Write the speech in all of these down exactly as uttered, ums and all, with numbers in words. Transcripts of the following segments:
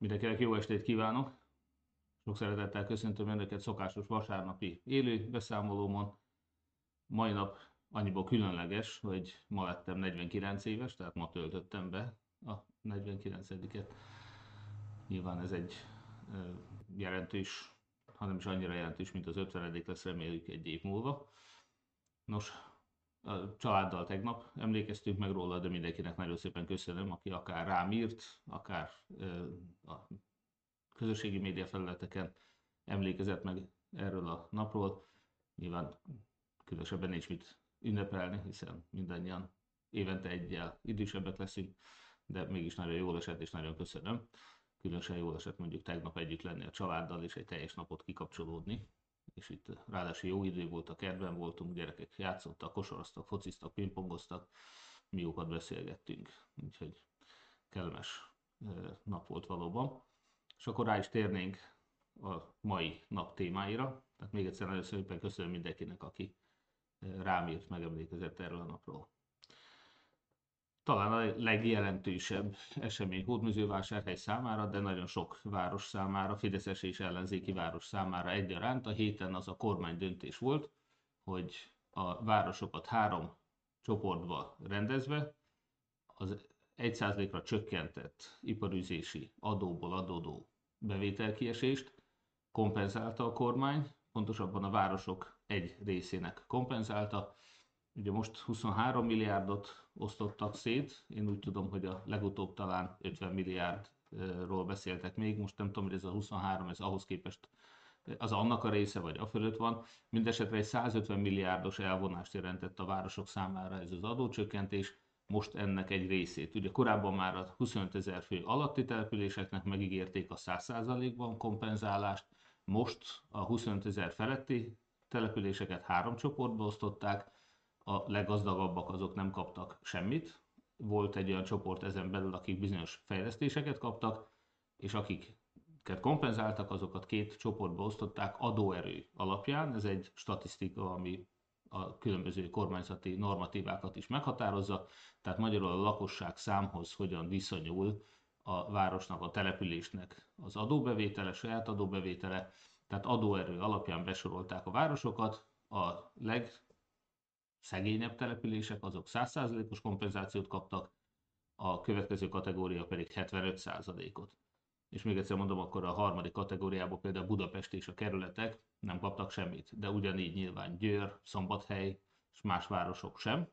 Mindenkinek jó estét kívánok! Sok szeretettel köszöntöm Önöket szokásos vasárnapi élő beszámolómon. Mai nap annyiból különleges, hogy ma lettem negyvenkilenc éves, tehát ma töltöttem be a negyvenkilencediket. Nyilván ez egy jelentős, hanem is annyira jelentős, mint az ötvenedik lesz reméljük egy év múlva. Nos, a családdal tegnap emlékeztünk meg róla, de mindenkinek nagyon szépen köszönöm, aki akár rám írt, akár a közösségi média felületeken emlékezett meg erről a napról. Nyilván különösebben nincs mit ünnepelni, hiszen mindannyian évente egyel idősebbek leszünk, de mégis nagyon jól esett, és nagyon köszönöm. Különösen jól esett mondjuk tegnap együtt lenni a családdal, és egy teljes napot kikapcsolódni. És itt ráadásul jó idő volt, a kertben voltunk, gyerekek játszottak, kosaraztak, fociztak, pingpongoztak, mi jókat beszélgettünk. Úgyhogy kellemes nap volt valóban. És akkor rá is térnénk a mai nap témáira. Tehát még egyszer nagyon szépen köszönöm mindenkinek, aki rám írt, megemlékezett erről a napról. Talán a legjelentősebb esemény Hódmezővásárhely számára, de nagyon sok város számára, fideszes és ellenzéki város számára egyaránt. A héten az a kormány döntés volt, hogy a városokat három csoportba rendezve az egy százalékra csökkentett iparüzési adóból adódó bevételkiesést kompenzálta a kormány, pontosabban a városok egy részének kompenzálta. Ugye most huszonhárom milliárdot osztottak szét, én úgy tudom, hogy a legutóbb talán ötven milliárdról beszéltek még, most nem tudom, hogy ez a huszonhárom, ez ahhoz képest az annak a része, vagy a fölött van. Mindenesetre egy százötven milliárdos elvonást jelentett a városok számára ez az adócsökkentés, most ennek egy részét. Ugye korábban már a huszonöt ezer fő alatti településeknek megígérték a száz százalékban kompenzálást, most a huszonöt ezer feletti településeket három csoportba osztották, a leggazdagabbak azok nem kaptak semmit, volt egy olyan csoport ezen belül, akik bizonyos fejlesztéseket kaptak, és akiket kompenzáltak, azokat két csoportba osztották adóerő alapján. Ez egy statisztika, ami a különböző kormányzati normatívákat is meghatározza, tehát magyarul a lakosság számhoz hogyan viszonyul a városnak, a településnek az adóbevétele, saját adóbevétele, tehát adóerő alapján besorolták a városokat, a legszegényebb települések azok száz százalékos kompenzációt kaptak, a következő kategória pedig hetvenöt százalékot. És még egyszer mondom, akkor a harmadik kategóriában például Budapest és a kerületek nem kaptak semmit, de ugyanígy nyilván Győr, Szombathely és más városok sem.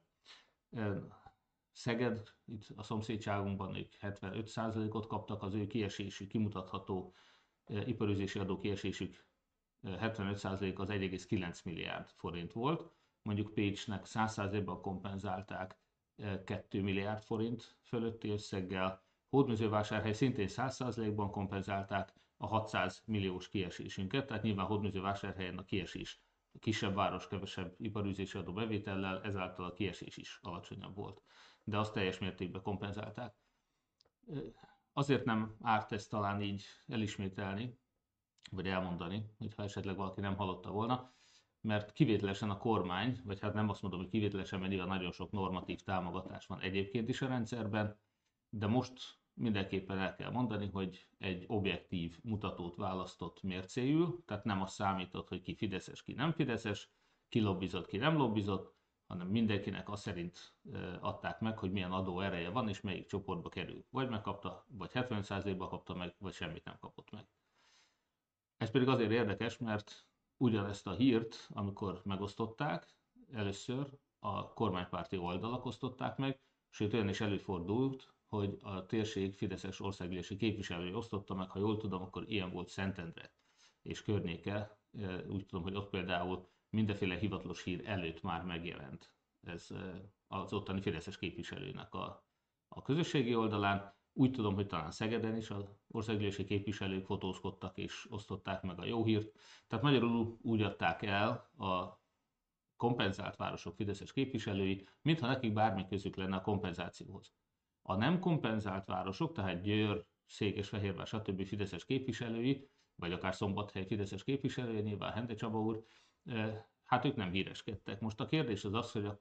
Szeged, itt a szomszédságunkban ők hetvenöt százalékot kaptak, az ő kiesésük, kimutatható iparüzési adó kiesésük hetvenöt százalék az egy egész kilenc milliárd forint volt. Mondjuk Pécsnek száz százalékban kompenzálták két milliárd forint fölötti összeggel, Hódmezővásárhely szintén száz százalékban kompenzálták a hatszáz milliós kiesésünket, tehát nyilván Hódmezővásárhelyen a kiesés a kisebb város kevesebb iparüzési adó bevétellel, ezáltal a kiesés is alacsonyabb volt. De azt teljes mértékben kompenzálták. Azért nem árt ezt talán így elismételni, vagy elmondani, hogyha esetleg valaki nem hallotta volna, mert kivételesen a kormány, vagy hát nem azt mondom, hogy kivételesen, mert nyilván nagyon sok normatív támogatás van egyébként is a rendszerben, de most mindenképpen el kell mondani, hogy egy objektív mutatót választott mércéül, tehát nem az számított, hogy ki fideszes, ki nem fideszes, ki lobbizott, ki nem lobbizott, hanem mindenkinek azt szerint adták meg, hogy milyen adó ereje van, és melyik csoportba kerül. Vagy megkapta, vagy hetven százalékban kapta meg, vagy semmit nem kapott meg. Ez pedig azért érdekes, mert ugyanezt a hírt, amikor megosztották, először a kormánypárti oldalak osztották meg, sőt olyan is előfordult, hogy a térség fideszes országgyűlési képviselői osztotta meg, ha jól tudom, akkor ilyen volt Szentendre és környéke. Úgy tudom, hogy ott például mindenféle hivatalos hír előtt már megjelent ez az ottani fideszes képviselőnek a, a közösségi oldalán. Úgy tudom, hogy talán Szegeden is az országgyűlési képviselők fotózkodtak és osztották meg a jó hírt. Tehát magyarul úgy adták el a kompenzált városok fideszes képviselői, mintha nekik bármi közük lenne a kompenzációhoz. A nem kompenzált városok, tehát Győr, Székesfehérvár, stb. Fideszes képviselői, vagy akár Szombathely fideszes képviselője, nyilván Hende Csaba úr, hát ők nem híreskedtek. Most a kérdés az az, hogy akkor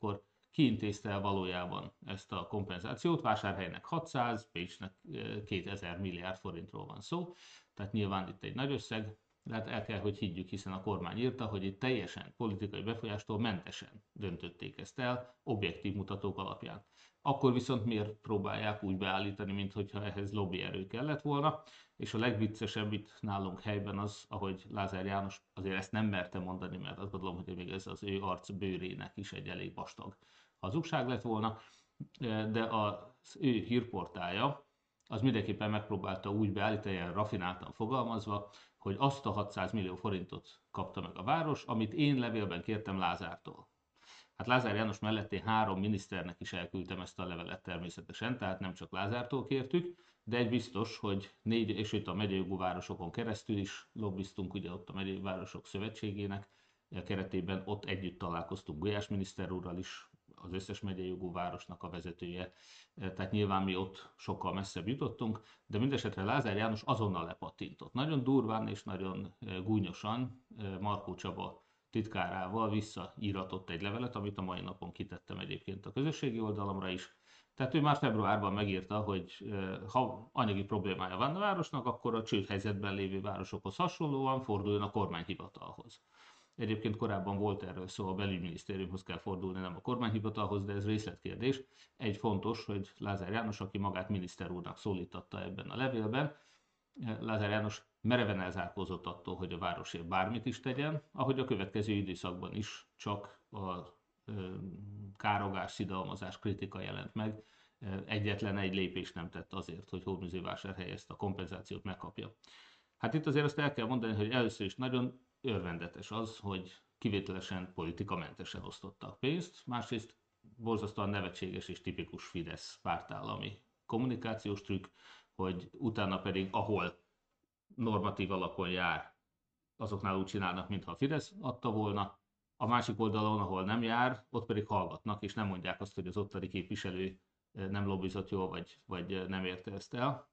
kiintézte el valójában ezt a kompenzációt. Vásárhelynek hatszáz, Pécsnek kétezer milliárd forintról van szó, tehát nyilván itt egy nagy összeg, de hát el kell, hogy higgyük, hiszen a kormány írta, hogy itt teljesen politikai befolyástól mentesen döntötték ezt el, objektív mutatók alapján. Akkor viszont miért próbálják úgy beállítani, mintha ehhez lobbyerő kellett volna, és a legviccesebb itt nálunk helyben az, ahogy Lázár János azért ezt nem merte mondani, mert azt gondolom, hogy még ez az ő arc bőrének is egy elég vastag hazugság lett volna, de az ő hírportálja az mindenképpen megpróbálta úgy beállítani, ilyen rafináltan fogalmazva, hogy azt a hatszáz millió forintot kapta meg a város, amit én levélben kértem Lázártól. Hát Lázár János mellett én három miniszternek is elküldtem ezt a levelet természetesen, tehát nem csak Lázártól kértük, de egy biztos, hogy négy, és itt a megyei jogú városokon keresztül is lobbiztunk, ugye ott a megyei városok szövetségének keretében, ott együtt találkoztunk Gulyás miniszter úrral is, az összes megyei jogú városnak a vezetője, tehát nyilván mi ott sokkal messzebb jutottunk, de mindesetre Lázár János azonnal lepattintott. Nagyon durván és nagyon gúnyosan Markó Csaba titkárával visszaíratott egy levelet, amit a mai napon kitettem egyébként a közösségi oldalamra is. Tehát ő már februárban megírta, hogy ha anyagi problémája van a városnak, akkor a csődhelyzetben lévő városokhoz hasonlóan forduljon a kormányhivatalhoz. Egyébként korábban volt erről szó, a belügyminisztériumhoz kell fordulni, nem a kormányhivatalhoz, de ez részletkérdés. Egy fontos, hogy Lázár János, aki magát miniszter úrnak szólította ebben a levélben, Lázár János mereven elzárkózott attól, hogy a városért bármit is tegyen, ahogy a következő időszakban is csak a károgás, szidalmazás, kritika jelent meg. Egyetlen egy lépést nem tett azért, hogy Hódmezővásárhely ezt a kompenzációt megkapja. Hát itt azért azt el kell mondani, hogy először is nagyon örvendetes az, hogy kivételesen politikamentesen osztottak pénzt, másrészt borzasztóan nevetséges és tipikus Fidesz pártállami kommunikációs trükk, hogy utána pedig, ahol normatív alapon jár, azoknál úgy csinálnak, mintha a Fidesz adta volna, a másik oldalon, ahol nem jár, ott pedig hallgatnak, és nem mondják azt, hogy az ottani képviselő nem lobbizott jól, vagy, vagy nem érte ezt el.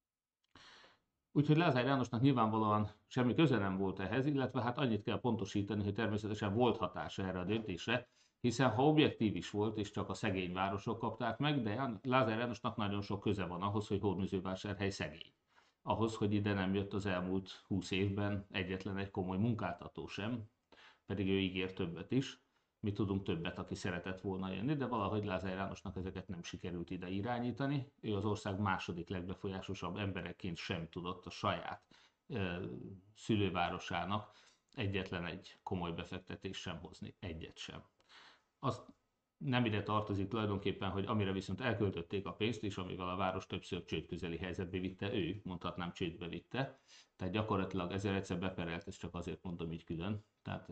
Úgyhogy Lázár Jánosnak nyilvánvalóan semmi köze nem volt ehhez, illetve hát annyit kell pontosítani, hogy természetesen volt hatása erre a döntésre, hiszen ha objektív is volt, és csak a szegény városok kapták meg, de Lázár Jánosnak nagyon sok köze van ahhoz, hogy Hódmezővásárhely szegény. Ahhoz, hogy ide nem jött az elmúlt húsz évben egyetlen egy komoly munkáltató sem, pedig ő ígér többet is. Mi tudunk többet, aki szeretett volna jönni, de valahogy Lázár Jánosnak ezeket nem sikerült ide irányítani. Ő az ország második legbefolyásosabb embereként sem tudott a saját ö, szülővárosának egyetlen egy komoly befektetést sem hozni, egyet sem. Azt nem ide tartozik tulajdonképpen, hogy amire viszont elköltötték a pénzt, és amivel a város többször csődközeli helyzetbe vitte, ő, mondhatnám csődbe vitte. Tehát gyakorlatilag ezzel egyszer beperelt, ezt csak azért mondom így külön. Tehát,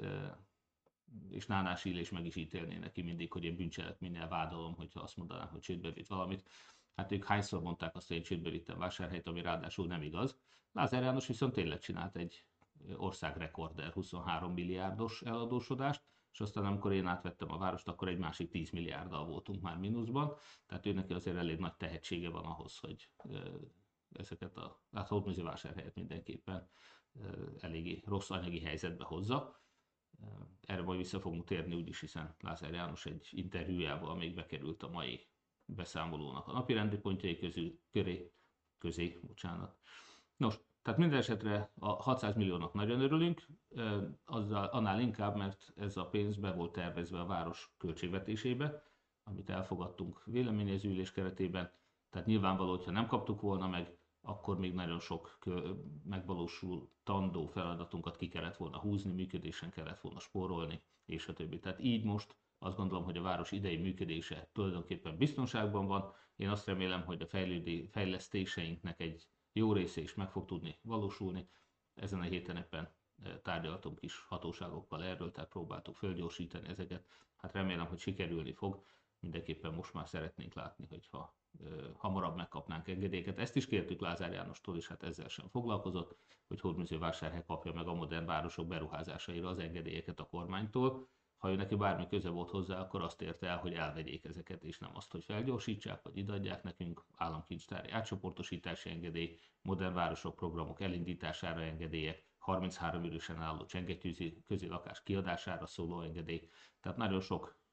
és Nánás Illés meg is ítélné neki mindig, hogy én bűncselekménnyel vádolom, hogyha azt mondanám, hogy csődbe vitt valamit. Hát ők hányszor mondták azt, hogy én csődbe vittem Vásárhelyt, ami ráadásul nem igaz. Lázár János viszont tényleg csinált egy országrekorder huszonhárom milliárdos eladósodást, és aztán amikor én átvettem a várost, akkor egy másik tíz milliárddal voltunk már mínuszban, tehát ő neki azért elég nagy tehetsége van ahhoz, hogy ezeket a, hát Hódmezővásárhelyet mindenképpen eléggé rossz anyagi helyzetbe hozza. Erre majd vissza fogunk térni úgyis, hiszen Lázár János egy interjújával még bekerült a mai beszámolónak a napirendi pontjai közül, köré, közé, bocsánat. Nos, tehát minden esetre a hatszáz milliónak nagyon örülünk, azzal, annál inkább, mert ez a pénz be volt tervezve a város költségvetésébe, amit elfogadtunk véleményezőülés keretében, tehát nyilvánvaló, hogyha nem kaptuk volna meg, akkor még nagyon sok megvalósultandó feladatunkat ki kellett volna húzni, működésen kellett volna spórolni, és a többi. Tehát így most azt gondolom, hogy a város idei működése tulajdonképpen biztonságban van. Én azt remélem, hogy a fejlődé, fejlesztéseinknek egy jó része is meg fog tudni valósulni. Ezen a héten éppen tárgyaltunk is hatóságokkal erről, tehát próbáltuk fölgyorsítani ezeket. Hát remélem, hogy sikerülni fog. Mindenképpen most már szeretnénk látni, hogyha hamarabb megkapnánk engedélyeket. Ezt is kértük Lázár Jánostól, és hát ezzel sem foglalkozott, hogy Hódmezővásárhely kapja meg a modern városok beruházásaira az engedélyeket a kormánytól. Ha ő neki bármi köze volt hozzá, akkor azt érte el, hogy elvegyék ezeket, és nem azt, hogy felgyorsítsák, vagy idadják nekünk, államkincstári átcsoportosítási engedély, modern városok programok elindítására engedélyek, harminchárom ürösen álló csengettyűzi közélakás kiadására szóló engedély. Tehát nagyon sok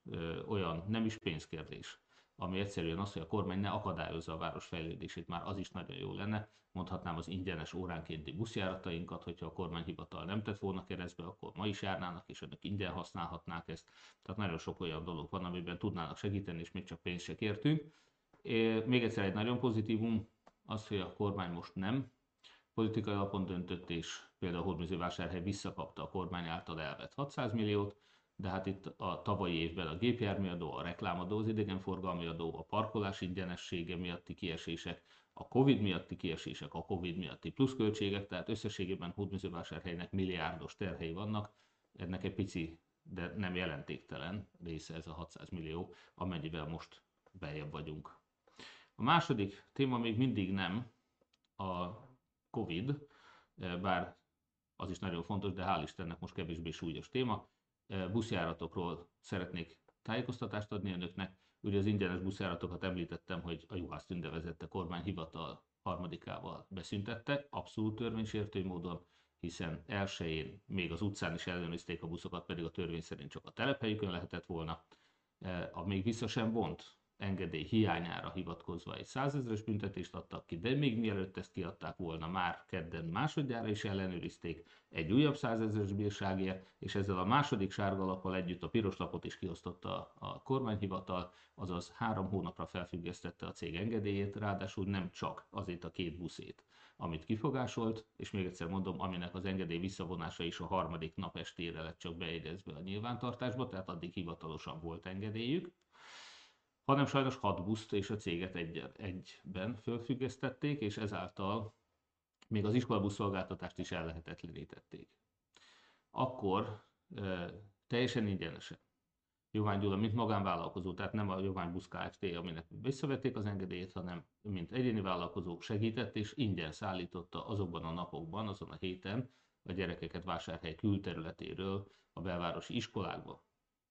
ö, olyan nem is pénzkérdés, ami egyszerűen az, hogy a kormány ne akadályozza a város fejlődését, már az is nagyon jó lenne. Mondhatnám az ingyenes óránkénti buszjáratainkat, hogyha a kormányhivatal nem tett volna keresztbe, akkor ma is járnának, és önök ingyen használhatnák ezt. Tehát nagyon sok olyan dolog van, amiben tudnának segíteni, és még csak pénzt se kértünk. É, még egyszer egy nagyon pozitívum az, hogy a kormány most nem politikai alapon döntött, és például Hódmezővásárhely visszakapta a kormány által elvett hatszáz milliót, de hát itt a tavalyi évben a gépjárműadó, a reklámadó, az idegenforgalmi adó, a parkolás ingyenessége miatti kiesések, a Covid miatti kiesések, a Covid miatti pluszköltségek, tehát összességében Hódmezővásárhelynek milliárdos terhei vannak, ennek egy pici, de nem jelentéktelen része ez a hatszáz millió, amennyivel most beljebb vagyunk. A második téma még mindig nem a Covid, bár az is nagyon fontos, de hál' Istennek most kevésbé súlyos téma. Buszjáratokról szeretnék tájékoztatást adni önöknek. Ugye az ingyenes buszjáratokat említettem, hogy a Juhász Tünde vezette kormányhivatal harmadikával beszüntette, abszolút törvénysértő módon, hiszen elsején még az utcán is ellenőrizték a buszokat, pedig a törvény szerint csak a telephelyükön lehetett volna. A még vissza sem vont engedély hiányára hivatkozva egy százezres büntetést adtak ki, de még mielőtt ezt kiadták volna, már kedden másodjára is ellenőrizték egy újabb százezres bírságért, és ezzel a második sárga lappal együtt a piros lapot is kiosztotta a kormányhivatal, azaz három hónapra felfüggesztette a cég engedélyét, ráadásul nem csak azért a két buszét, amit kifogásolt, és még egyszer mondom, aminek az engedély visszavonása is a harmadik nap estére lett csak bejegyezve a nyilvántartásba, tehát addig hivatalosan volt engedélyük, hanem sajnos hat buszt és a céget egy, egyben fölfüggesztették, és ezáltal még az iskolabusz szolgáltatást is ellehetetlenítették. Akkor e, teljesen ingyenesen Jovány Gyula, mint magánvállalkozó, tehát nem a Jovány Busz Kft., aminek visszavették az engedélyét, hanem mint egyéni vállalkozó segített, és ingyen szállította azokban a napokban, azon a héten a gyerekeket Vásárhely külterületéről a belvárosi iskolákba.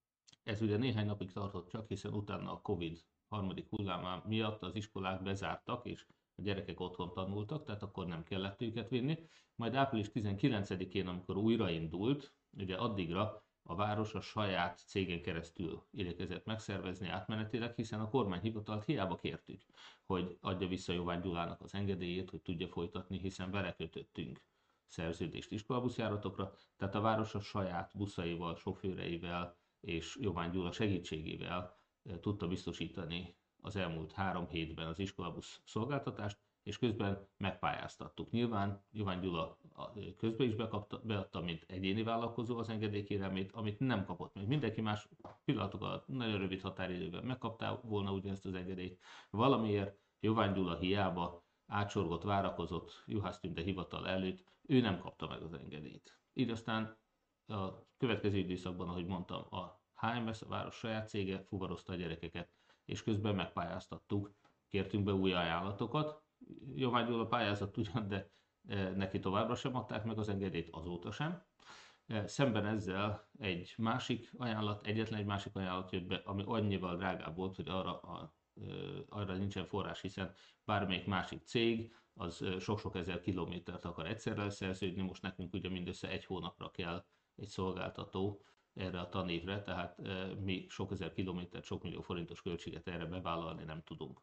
Ez ugye néhány napig tartott csak, hiszen utána a Covid harmadik hullámá miatt az iskolák bezártak, és a gyerekek otthon tanultak, tehát akkor nem kellett őket vinni. Majd április tizenkilencedikén, amikor újraindult, ugye addigra a város a saját cégen keresztül igyekezett megszervezni átmenetileg, hiszen a kormányhivatalt hiába kértük, hogy adja vissza Jovány Gyulának az engedélyét, hogy tudja folytatni, hiszen vele kötöttünk szerződést iskolabuszjáratokra, tehát a város a saját buszaival, sofőreivel és Jovány Gyula segítségével tudta biztosítani az elmúlt három hétben az iskolabusz szolgáltatást, és közben megpályáztattuk. Nyilván Jovány Gyula közben is bekapta, beadta, mint egyéni vállalkozó az engedélykérelmét, amit nem kapott meg. Mindenki más pillanatok alatt nagyon rövid határidőben megkapta volna ugyanezt az engedélyt. Valamiért Jovány Gyula hiába átsorgott, várakozott Juhász Tünde hivatal előtt, ő nem kapta meg az engedélyt. Így aztán a következő időszakban, ahogy mondtam, a há em es, a város saját cége fuvarozta a gyerekeket, és közben megpályáztattuk, kértünk be új ajánlatokat. Jovány Gyula pályázott ugyan, de neki továbbra sem adták meg az engedélyt, azóta sem. Szemben ezzel egy másik ajánlat, egyetlen egy másik ajánlat jött be, ami annyival drágább volt, hogy arra, a, arra nincsen forrás, hiszen bármelyik másik cég az sok-sok ezer kilométert akar egyszerre szerződni, most nekünk ugye mindössze egy hónapra kell egy szolgáltató erre a tanévre, tehát mi sok ezer kilométert, sok millió forintos költséget erre bevállalni nem tudunk.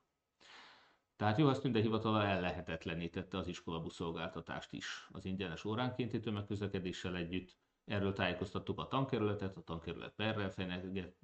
Tehát Juhász Tünde hivatala ellehetetlenítette az iskolabusz szolgáltatást is az ingyenes óránkénti tömegközlekedéssel együtt. Erről tájékoztattuk a tankerületet, a tankerület perrel fenyeget,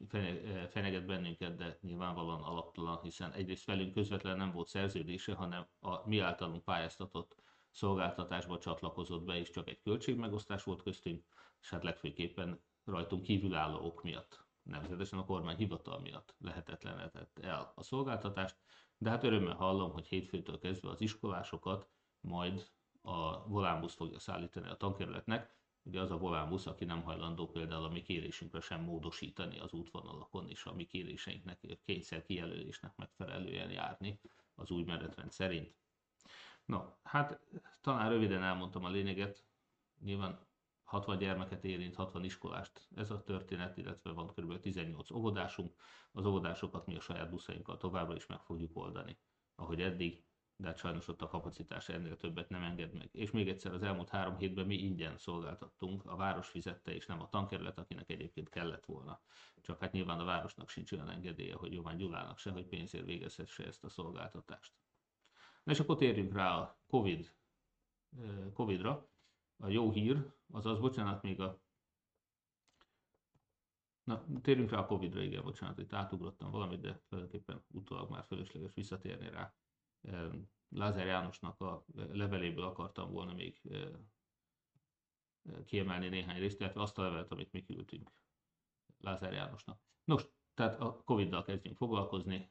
fenyeget bennünket, de nyilvánvalóan alaptalan, hiszen egyrészt velünk közvetlenül nem volt szerződése, hanem a mi általunk pályáztatott szolgáltatásba csatlakozott be, és csak egy költségmegosztás volt köztünk, és hát legfőképpen rajtunk kívülálló ok miatt, nevezetesen a kormányhivatal miatt lehetetlenített el a szolgáltatást, de hát örömmel hallom, hogy hétfőtől kezdve az iskolásokat majd a volánbusz fogja szállítani a tankerületnek. Ugye az a volánbusz, aki nem hajlandó például a mi kérésünkre sem módosítani az útvonalakon, és a mi kéréseinknek kényszer kijelölésnek megfelelően járni az új menetrend szerint. No, hát talán röviden elmondtam a lényeget, nyilván hatvan gyermeket érint, hatvan iskolást ez a történet, illetve van kb. tizennyolc óvodásunk. Az óvodásokat mi a saját buszainkkal továbbra is meg fogjuk oldani, ahogy eddig, de hát sajnos ott a kapacitás ennél többet nem enged meg. És még egyszer, az elmúlt három hétben mi ingyen szolgáltattunk, a város fizette, és nem a tankerület, akinek egyébként kellett volna. Csak hát nyilván a városnak sincs olyan engedélye, hogy Jován Gyulának se, hogy pénzért végezhesse ezt a szolgáltatást. Na és akkor térjünk rá a COVID, Covid-ra. A jó hír, azaz, bocsánat, még a Na, térjünk rá a Covid-ra, igen, bocsánat, itt átugrottam valamit, de tulajdonképpen utólag már fölösleges visszatérni rá. Lázár Jánosnak a leveléből akartam volna még kiemelni néhány részt, illetve azt a levelet, amit mi küldtünk Lázár Jánosnak. Nos, tehát a Covid-dal kezdjünk foglalkozni.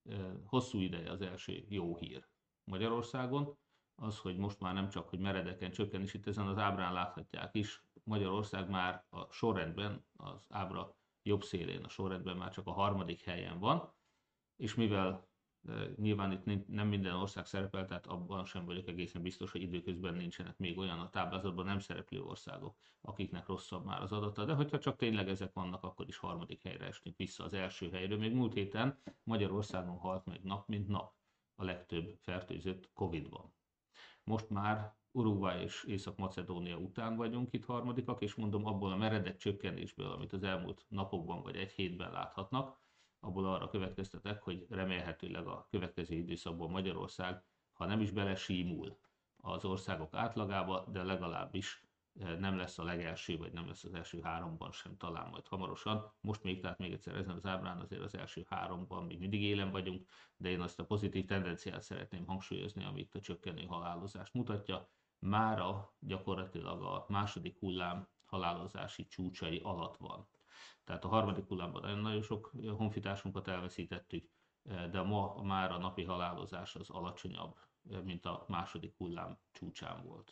Hosszú ideje az első jó hír Magyarországon, az, hogy most már nem csak, hogy meredeken csökken, és itt ezen az ábrán láthatják is, Magyarország már a sorrendben, az ábra jobb szélén a sorrendben már csak a harmadik helyen van, és mivel e, nyilván itt nem minden ország szerepel, tehát abban sem vagyok egészen biztos, hogy időközben nincsenek még olyan a táblázatban nem szereplő országok, akiknek rosszabb már az adata, de hogyha csak tényleg ezek vannak, akkor is harmadik helyre esünk vissza az első helyről. Még múlt héten Magyarországon halt meg nap mint nap a legtöbb fertőzött Covid-ban. Most már Uruguay és Észak-Macedónia után vagyunk itt harmadikak, és mondom, abból a meredek csökkenésből, amit az elmúlt napokban vagy egy hétben láthatnak, abból arra következtetek, hogy remélhetőleg a következő időszakban Magyarország, ha nem is belesímul az országok átlagába, de legalábbis nem lesz a legelső, vagy nem lesz az első háromban sem, talán majd hamarosan. Most még, tehát még egyszer ezen az ábrán azért az első háromban még mindig élen vagyunk, de én azt a pozitív tendenciát szeretném hangsúlyozni, amit a csökkenő halálozást mutatja. Mára gyakorlatilag a második hullám halálozási csúcsai alatt van. Tehát a harmadik hullámban nagyon-nagyon sok honfitársunkat elveszítettük, de ma már a napi halálozás az alacsonyabb, mint a második hullám csúcsán volt.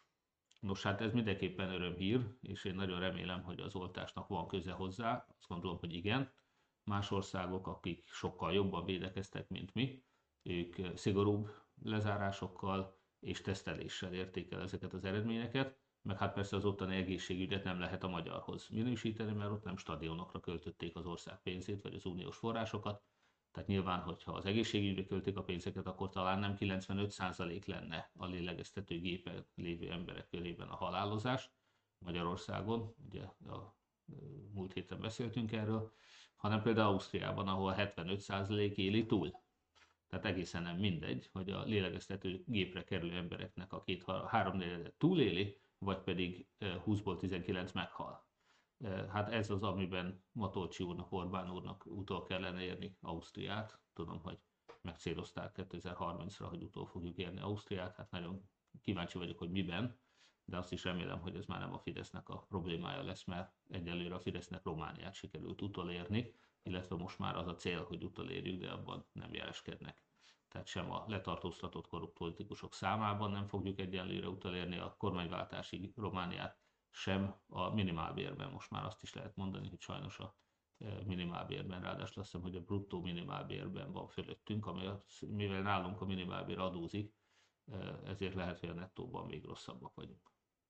Nos, hát ez mindenképpen örömhír, és én nagyon remélem, hogy az oltásnak van köze hozzá. Azt gondolom, hogy igen. Más országok, akik sokkal jobban védekeztek, mint mi, ők szigorúbb lezárásokkal és teszteléssel érték el ezeket az eredményeket, meg hát persze az ottani egészségügyet nem lehet a magyarhoz minősíteni, mert ott nem stadionokra költötték az ország pénzét, vagy az uniós forrásokat. Tehát nyilván, hogyha az egészségügyre költik a pénzeket, akkor talán nem kilencvenöt százalék lenne a lélegeztető gépen lévő emberek körében a halálozás Magyarországon, ugye a múlt héten beszéltünk erről, hanem például Ausztriában, ahol hetvenöt százalék éli túl. Tehát egészen nem mindegy, hogy a lélegeztető gépre kerülő embereknek a két háromnegyedet túléli, vagy pedig húszból tizenkilenc meghal. Hát ez az, amiben Matolcsi úrnak, Orbán úrnak utol kellene érni Ausztriát. Tudom, hogy megcélozták kétezer-harmincra, hogy utol fogjuk érni Ausztriát. Hát nagyon kíváncsi vagyok, hogy miben, de azt is remélem, hogy ez már nem a Fidesznek a problémája lesz, mert egyelőre a Fidesznek Romániát sikerült utolérni, illetve most már az a cél, hogy utolérjük, de abban nem jeleskednek. Tehát sem a letartóztatott korrupt politikusok számában nem fogjuk egyelőre utolérni a kormányváltásig Romániát, sem a minimálbérben. Most már azt is lehet mondani, hogy sajnos a minimálbérben, ráadásul azt hiszem, hogy a bruttó minimálbérben van fölöttünk, ami a, mivel nálunk a minimálbér adózik, ezért lehet, hogy a nettóban még rosszabbak vagyunk.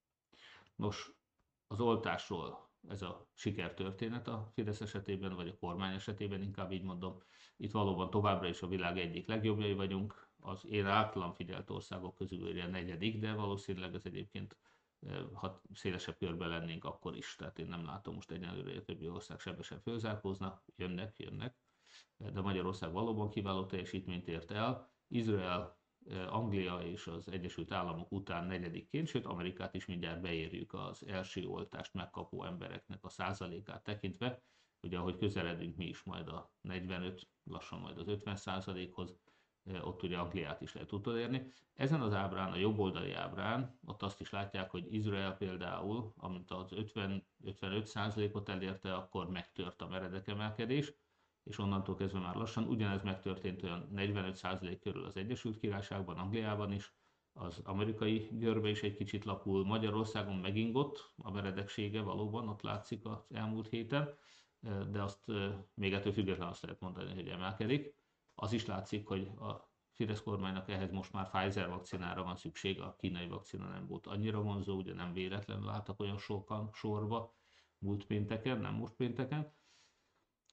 Nos, az oltásról ez a sikertörténet a Fidesz esetében, vagy a kormány esetében, inkább így mondom, itt valóban továbbra is a világ egyik legjobbjai vagyunk, az én általam figyelt országok közül a negyedik, de valószínűleg ez egyébként, ha szélesebb körben lennénk, akkor is. Tehát én nem látom most egyenlőre, hogy a többi ország sebesen fölzárkózna, jönnek, jönnek, de Magyarország valóban kiváló teljesítményt ért el. Izrael, Anglia és az Egyesült Államok után negyedikként, sőt Amerikát is mindjárt beérjük az első oltást megkapó embereknek a százalékát tekintve, ugye ahogy közeledünk mi is majd a negyvenöt, lassan majd az ötven százalékhoz, ott ugye Angliát is lehet utolérni. Ezen az ábrán, a jobb oldali ábrán, ott azt is látják, hogy Izrael például, amint az ötven-ötvenöt százalékot elérte, akkor megtört a meredek emelkedés, és onnantól kezdve már lassan ugyanez megtörtént olyan negyvenöt százalék körül az Egyesült Királyságban, Angliában is, az amerikai görbe is egy kicsit lapul, Magyarországon megingott a meredeksége valóban, ott látszik az elmúlt héten, de azt még ettől függetlenül azt lehet mondani, hogy emelkedik. Az is látszik, hogy a Fidesz kormánynak ehhez most már Pfizer vakcinára van szükség, a kínai vakcina nem volt annyira vonzó, ugye nem véletlenül álltak olyan sokan sorba múlt pénteken, nem most pénteken.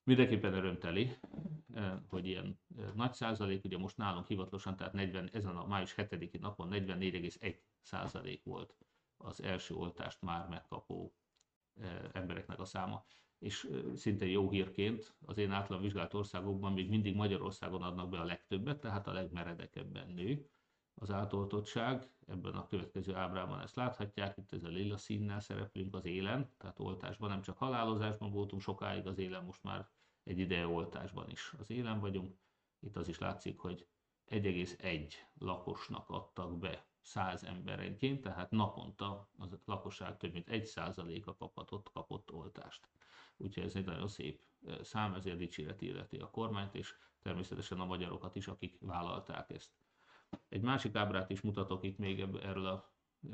Mindenképpen örömteli, hogy ilyen nagy százalék, ugye most nálunk hivatalosan, tehát negyven, ezen a május hetediki napon negyvennégy egész egy százalék volt az első oltást már megkapó embereknek a száma. És szinte jó hírként az én általam vizsgált országokban még mindig Magyarországon adnak be a legtöbbet, tehát a legmeredekebben nő az átoltottság. Ebben a következő ábrában ezt láthatják, itt ez a lila színnel szereplünk az élen, tehát oltásban, nem csak halálozásban voltunk sokáig az élen, most már egy ideje oltásban is az élen vagyunk. Itt az is látszik, hogy egy egész egy lakosnak adtak be száz emberenként, tehát naponta az a lakosság több mint egy százaléka kaphatott, kapott oltást. Úgyhogy ez egy nagyon szép szám, ezért dicséret illeti a kormányt, és természetesen a magyarokat is, akik vállalták ezt. Egy másik ábrát is mutatok itt még erről a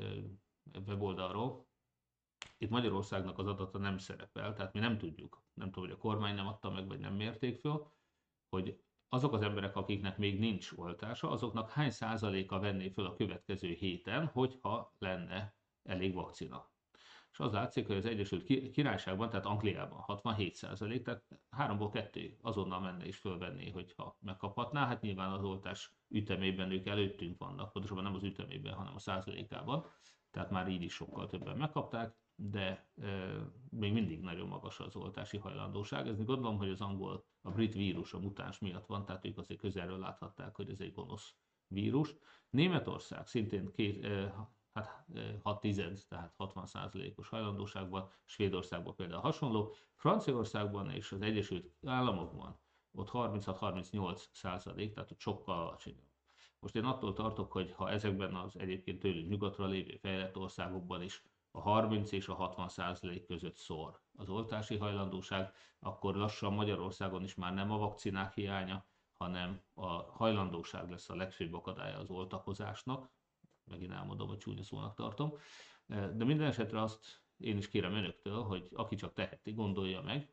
weboldalról. Itt Magyarországnak az adata nem szerepel, tehát mi nem tudjuk, nem tudom, hogy a kormány nem adta meg, vagy nem mérték föl, hogy azok az emberek, akiknek még nincs oltása, azoknak hány százaléka venné föl a következő héten, hogyha lenne elég vakcina. És az látszik, hogy az Egyesült Királyságban, tehát Angliában hatvanhét százalék, tehát háromból kettő azonnal menne és fölvenné, hogyha megkaphatná. Hát nyilván az oltás ütemében ők előttünk vannak, pontosabban nem az ütemében, hanem a százalékában, tehát már így is sokkal többen megkapták, de e, még mindig nagyon magas az oltási hajlandóság. Ez gondolom, hogy az angol, a brit vírus a mutáns miatt van, tehát ők azért közelről láthatták, hogy ez egy gonosz vírus. Németország szintén két, e, hát hat tized, tehát hatvan százalékos hajlandóságban, Svédországban például hasonló, Franciaországban és az Egyesült Államokban ott harminchat-harmincnyolc százalék, tehát ott sokkal alacsonyabb. Most én attól tartok, hogy ha ezekben az egyébként tőlünk nyugatra lévő fejlett országokban is a harminc és a hatvan százalék között szor az oltási hajlandóság, akkor lassan Magyarországon is már nem a vakcinák hiánya, hanem a hajlandóság lesz a legfőbb akadálya az oltakozásnak. Megint elmondom, hogy csúnya szónak tartom. De minden esetre azt én is kérem önöktől, hogy aki csak teheti, gondolja meg,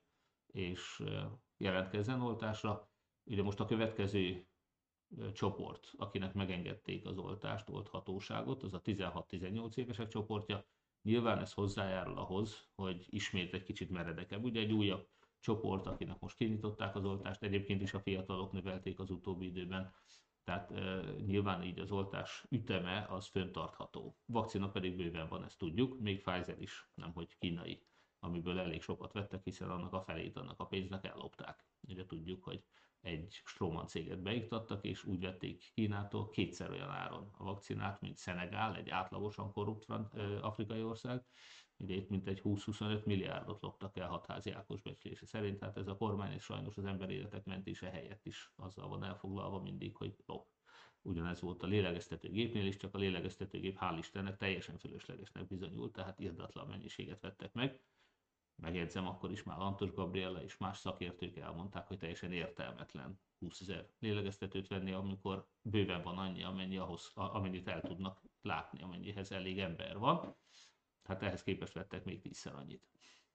és jelentkezzen oltásra. Ugye most a következő csoport, akinek megengedték az oltást, olthatóságot, az a tizenhat-tizennyolc évesek csoportja. Nyilván ez hozzájárul ahhoz, hogy ismét egy kicsit meredekebb. Ugye egy újabb csoport, akinek most kinyitották az oltást, egyébként is a fiatalok növelték az utóbbi időben, tehát e, nyilván így az oltás üteme az föntartható. Vakcina pedig bőven van, ezt tudjuk, még Pfizer is, nemhogy kínai, amiből elég sokat vettek, hiszen annak a felét annak a pénznek ellopták. Ugye tudjuk, hogy egy Stroman céget beiktattak, és úgy vették Kínától kétszer olyan áron a vakcinát, mint Szenegál, egy átlagosan korrupt frant, ö, afrikai ország. Ugye itt mintegy húsz-huszonöt milliárdot loptak el hatházi Ákos becslése szerint, hát ez a kormány és sajnos az emberéletek mentése helyett is azzal van elfoglalva mindig, hogy lop. Ugyanez volt a lélegeztetőgépnél is, csak a lélegeztetőgép hál' Istennek teljesen fölöslegesnek bizonyult, tehát irdatlan mennyiséget vettek meg. Megjegyzem, akkor is már Lantos Gabriella és más szakértők elmondták, hogy teljesen értelmetlen húszezer lélegeztetőt venni, amikor bőven van annyi, amennyi ahhoz, amennyit el tudnak látni, amennyihez elég ember van. Hát ehhez képest vettek még tízszer annyit.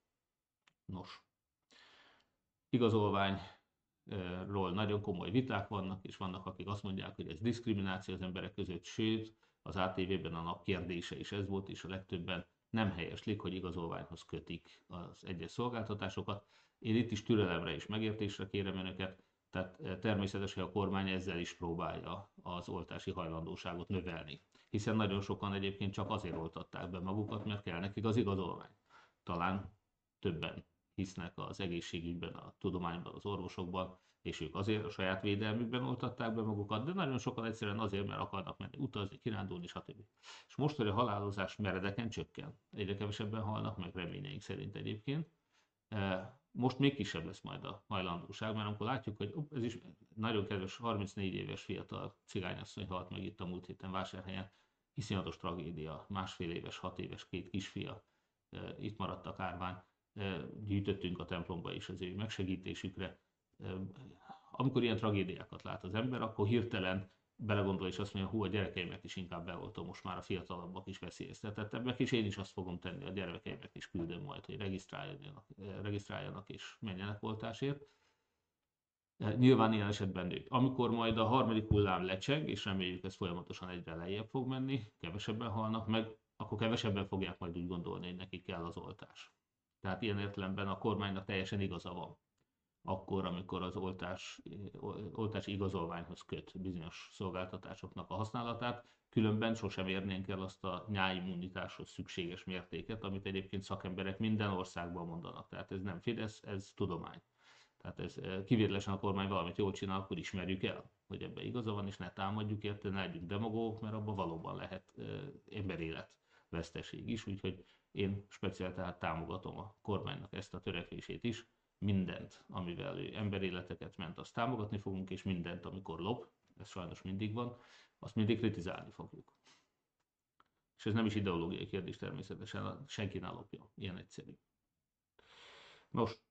Nos, igazolványról nagyon komoly viták vannak, és vannak, akik azt mondják, hogy ez diszkrimináció az emberek között, sőt, az á té vében a nap kérdése is ez volt, és a legtöbben nem helyeslik, hogy igazolványhoz kötik az egyes szolgáltatásokat. Én itt is türelemre és megértésre kérem önöket, tehát természetesen a kormány ezzel is próbálja az oltási hajlandóságot növelni. Hiszen nagyon sokan egyébként csak azért oltatták be magukat, mert kell nekik az igazolvány. Talán többen hisznek az egészségügyben, a tudományban, az orvosokban, és ők azért a saját védelmükben oltatták be magukat, de nagyon sokan egyszerűen azért, mert akarnak menni utazni, kirándulni, stb. És most, hogy a halálozás meredeken csökken, egyre kevesebben halnak meg, reményeink szerint egyébként, most még kisebb lesz majd a hajlandóság, mert amikor látjuk, hogy ez is nagyon kedves harmincnégy éves fiatal cigányasszony halt meg itt a múlt héten Vásárhelyen, iszonyatos tragédia, másfél éves, hat éves két kisfia itt maradtak árván, gyűjtöttünk a templomba is az ő megsegítésükre. Amikor ilyen tragédiákat lát az ember, akkor hirtelen belegondol és azt mondja, hú, a gyerekeimet is inkább beoltom, most már a fiatalabbak is veszélyeztetettebbek, és én is azt fogom tenni, a gyerekeimet is küldöm majd, hogy regisztráljanak, regisztráljanak és menjenek oltásért. Nyilván ilyen esetben nő. Amikor majd a harmadik hullám lecseng, és reméljük ez folyamatosan egyre lejjebb fog menni, kevesebben halnak meg, akkor kevesebben fogják majd úgy gondolni, hogy nekik kell az oltás. Tehát ilyen értelemben a kormánynak teljesen igaza van. akkor, amikor az oltás, oltási igazolványhoz köt bizonyos szolgáltatásoknak a használatát, különben sosem érnénk el azt a nyáimmunitáshoz szükséges mértéket, amit egyébként szakemberek minden országban mondanak. Tehát ez nem Fidesz, ez tudomány. Tehát ez kivételesen a kormány valamit jól csinál, akkor ismerjük el, hogy ebbe igaza van, és ne támadjuk érte, ne legyünk demagógok, mert abban valóban lehet emberélet veszteség is, úgyhogy én speciál tehát támogatom a kormánynak ezt a törekvését is. Mindent, amivel ő emberéleteket ment, azt támogatni fogunk, és mindent, amikor lop, ez sajnos mindig van, azt mindig kritizálni fogjuk. És ez nem is ideológiai kérdés természetesen, senki ne lopja, ilyen egyszerű. Most,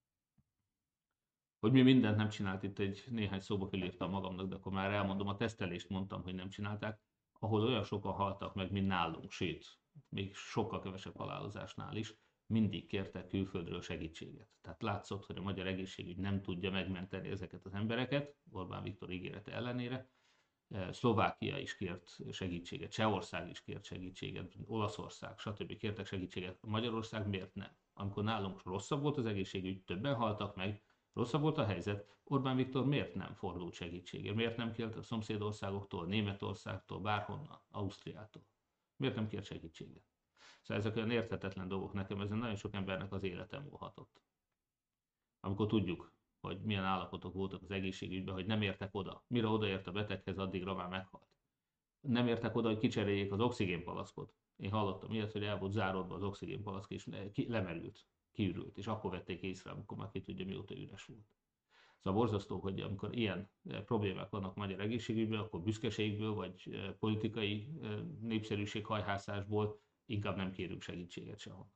hogy mi mindent nem csinált, itt egy néhány szóba felírtam magamnak, de akkor már elmondom, a tesztelést mondtam, hogy nem csinálták, ahol olyan sokan haltak meg, mint nálunk, sőt, még sokkal kevesebb halálozásnál is, mindig kértek külföldről segítséget. Tehát látszott, hogy a magyar egészségügy nem tudja megmenteni ezeket az embereket, Orbán Viktor ígérete ellenére. Szlovákia is kért segítséget, Csehország is kért segítséget, Olaszország, stb. Kértek segítséget. Magyarország miért nem? Amikor nálunk rosszabb volt az egészségügy, többen haltak meg, rosszabb volt a helyzet, Orbán Viktor miért nem fordult segítségért? Miért nem kért a szomszédországoktól, Németországtól, bárhonnan, Ausztriától? Miért nem kért segítséget? Szóval ezek olyan érthetetlen dolgok nekem, ezen nagyon sok embernek az élete múlhatott. Amikor tudjuk, hogy milyen állapotok voltak az egészségügyben, hogy nem értek oda. Mire odaért a beteghez, addigra már meghalt. Nem értek oda, hogy kicseréljék az oxigénpalackot. Én hallottam ilyet, hogy el volt záródva az oxigénpalack, és lemerült, kiürült, és akkor vették észre, amikor már ki tudja, mióta üres volt. Szóval borzasztó, hogy amikor ilyen problémák vannak magyar egészségügyben, akkor büszkeségből, vagy politikai népszerűséghajhászásból inkább nem kérünk segítséget sehol.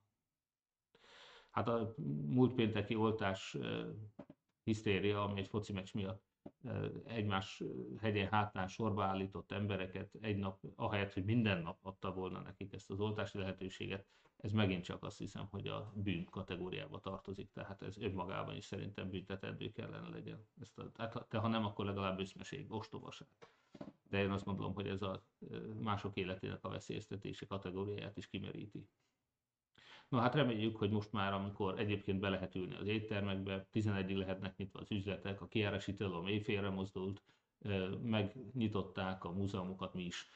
Hát a múlt pénteki oltás hisztéria, ami egy foci meccs miatt egymás hegyen hátán sorba állított embereket egy nap, ahelyett, hogy minden nap adta volna nekik ezt az oltási lehetőséget, ez megint csak azt hiszem, hogy a bűn kategóriába tartozik, tehát ez önmagában is szerintem büntetendő kellene legyen. Ezt a, hát, de ha nem, akkor legalább összmeség, ostobaság. De én azt gondolom, hogy ez a mások életének a veszélyeztetési kategóriáját is kimeríti. No hát reméljük, hogy most már, amikor egyébként be lehet ülni az éttermekbe, tizenegyig lehetnek nyitva az üzletek, a kijárási tilalom éjfélre mozdult, megnyitották a múzeumokat, mi is,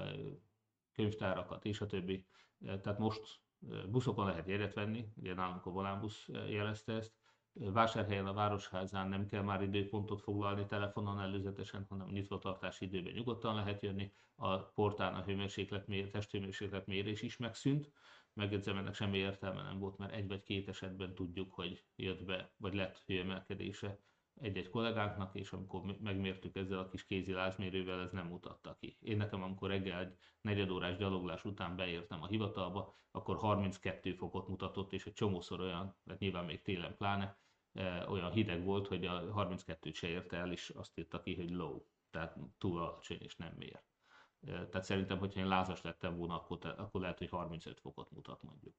könyvtárakat és a többi. Tehát most buszokon lehet jegyet venni, ugye nálunk a Volánbusz jelezte ezt. Vásárhelyen a Városházán nem kell már időpontot foglalni telefonon előzetesen, hanem nyitvatartási időben nyugodtan lehet jönni. A portán a hőmérséklet, testhőmérséklet mérés is megszűnt. Megjegyzem, ennek semmi értelme nem volt, mert egy vagy két esetben tudjuk, hogy jött be, vagy lett hőemelkedése egy-egy kollégánknak, és amikor megmértük ezzel a kis kézi lázmérővel, ez nem mutatta ki. Én nekem, amikor reggel egy negyedórás gyaloglás után beértem a hivatalba, akkor harminckettő fokot mutatott, és egy csomószor olyan, mert nyilván még télen pláne, olyan hideg volt, hogy a harminckettőt se érte el, és azt írta ki, hogy low, tehát túl alacsony és nem mér. Tehát szerintem, hogyha én lázas lettem volna, akkor, akkor lehet, hogy harmincöt fokot mutat mondjuk.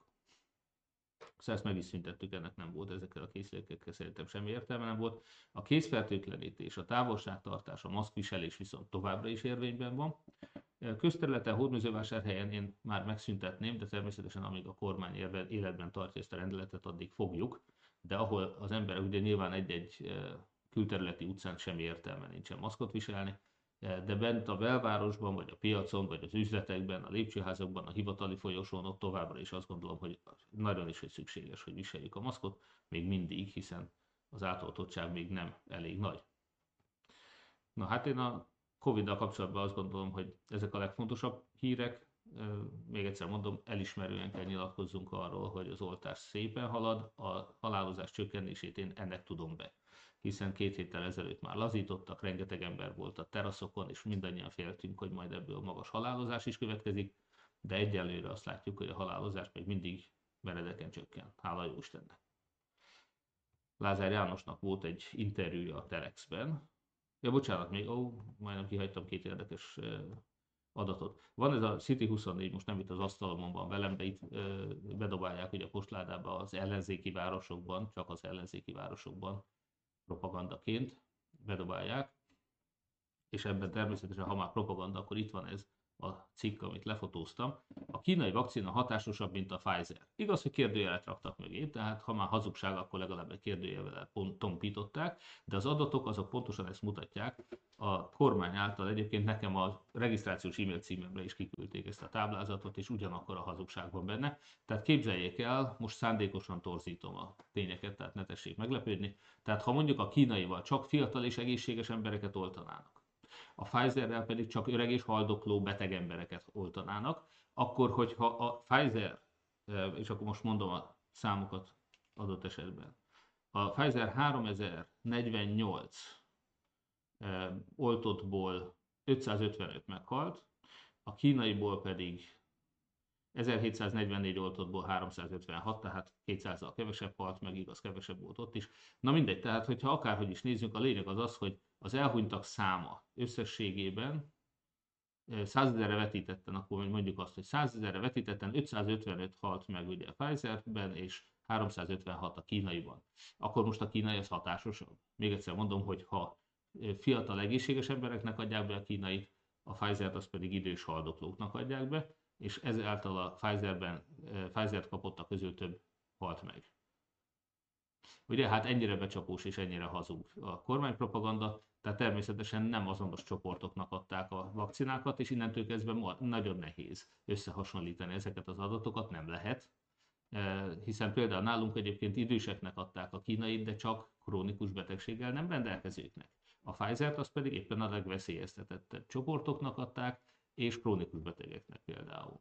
Szóval ezt meg is szüntettük, ennek nem volt, ezekkel a készülékekkel szerintem semmi értelme nem volt. A kézfertőtlenítés, a távolságtartás, a maszkviselés viszont továbbra is érvényben van. Közterületen, Hódmezővásárhelyen én már megszüntetném, de természetesen amíg a kormány életben tartja ezt a rendeletet, addig fogjuk. De ahol az emberek, ugye nyilván egy-egy külterületi utcán semmi értelme nincsen maszkot viselni, de bent a belvárosban, vagy a piacon, vagy az üzletekben, a lépcsőházakban, a hivatali folyosón ott továbbra is azt gondolom, hogy nagyon is hogy szükséges, hogy viseljük a maszkot, még mindig, hiszen az átoltottság még nem elég nagy. Na hát én a Covid-dal kapcsolatban azt gondolom, hogy ezek a legfontosabb hírek. Még egyszer mondom, elismerően kell nyilatkozzunk arról, hogy az oltás szépen halad, a halálozás csökkenését én ennek tudom be. Hiszen két héttel ezelőtt már lazítottak, rengeteg ember volt a teraszokon, és mindannyian féltünk, hogy majd ebből magas halálozás is következik, de egyelőre azt látjuk, hogy a halálozás még mindig meredeken csökken. Hála jó Istennek. Lázár Jánosnak volt egy interjúja a Telexben. Ja, bocsánat, még, ó, majdnem kihagytam két érdekes adatot. Van ez a City huszonnégy, most nem itt az asztalomon van velem, de itt ö, bedobálják ugye a postládába az ellenzéki városokban, csak az ellenzéki városokban propagandaként bedobálják, és ebben természetesen, ha már propaganda, akkor itt van ez a cikk, amit lefotóztam, a kínai vakcina hatásosabb, mint a Pfizer. Igaz, hogy kérdőjelet raktak mögé, tehát ha már hazugság, akkor legalább egy kérdőjelet tompították, de az adatok azok pontosan ezt mutatják. A kormány által egyébként nekem a regisztrációs e-mail címemre is kiküldték ezt a táblázatot, és ugyanakkor a hazugság van benne. Tehát képzeljék el, most szándékosan torzítom a tényeket, tehát ne tessék meglepődni. Tehát ha mondjuk a kínaival csak fiatal és egészséges embereket oltanának, a Pfizerrel pedig csak öreg és haldokló beteg embereket oltanának, akkor, hogyha a Pfizer, és akkor most mondom a számokat adott esetben, a Pfizer háromezer-negyvennyolc oltottból ötszázötvenöt meghalt, a kínaiból pedig ezerhétszáznegyvennégy oltottból háromszázötvenhat, tehát kétszázzal kevesebb halt, meg igaz, kevesebb volt ott is. Na mindegy, tehát hogyha akárhogy is nézzünk, a lényeg az az, hogy az elhunytak száma összességében százezerre vetítetten, akkor mondjuk azt, hogy százezerre vetítetten ötszázötvenöt halt meg ugye a Pfizerben, és háromszázötvenhat a kínaiban. Akkor most a kínai az hatásosabb. Még egyszer mondom, hogy ha fiatal egészséges embereknek adják be a kínait, a Pfizert az pedig idős haldoklóknak adják be, és ezáltal a Pfizerben, Pfizert kapottak közül több halt meg. Ugye hát ennyire becsapós és ennyire hazug a kormánypropaganda, tehát természetesen nem azonos csoportoknak adták a vakcinákat, és innentől kezdve nagyon nehéz összehasonlítani ezeket az adatokat, nem lehet, hiszen például nálunk egyébként időseknek adták a kínait, de csak krónikus betegséggel nem rendelkezőknek. A Pfizert az pedig éppen a legveszélyeztetettebb csoportoknak adták, és krónikus betegeknek például.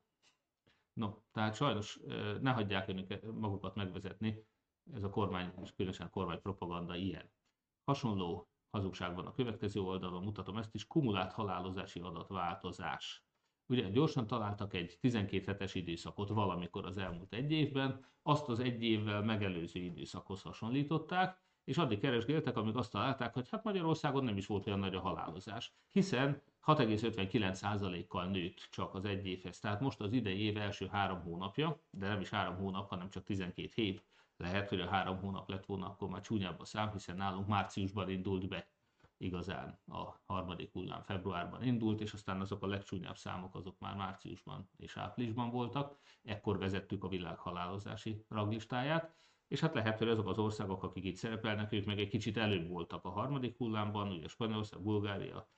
No, tehát sajnos ne hagyják önök magukat megvezetni, ez a kormány, és különösen kormánypropaganda ilyen. Hasonló hazugság van a következő oldalon, mutatom ezt is, kumulált halálozási adatváltozás. Ugye gyorsan találtak egy tizenkét hetes időszakot valamikor az elmúlt egy évben, azt az egy évvel megelőző időszakhoz hasonlították, és addig keresgéltek, amíg azt találták, hogy hát Magyarországon nem is volt olyan nagy a halálozás, hiszen hat egész ötvenkilenc százalékkal nőtt csak az egy évhez. Tehát most az idei év első három hónapja, de nem is három hónap, hanem csak tizenkét hét. Lehet, hogy a három hónap lett volna, akkor már csúnyább a szám, hiszen nálunk márciusban indult be igazán a harmadik hullám, februárban indult, és aztán azok a legcsúnyább számok azok már márciusban és áprilisban voltak. Ekkor vezettük a világ halálozási ranglistáját, és hát lehet, hogy azok az országok, akik itt szerepelnek, ők meg egy kicsit előbb voltak a harmadik hullámban, ugye Spanyolország, Bulgária,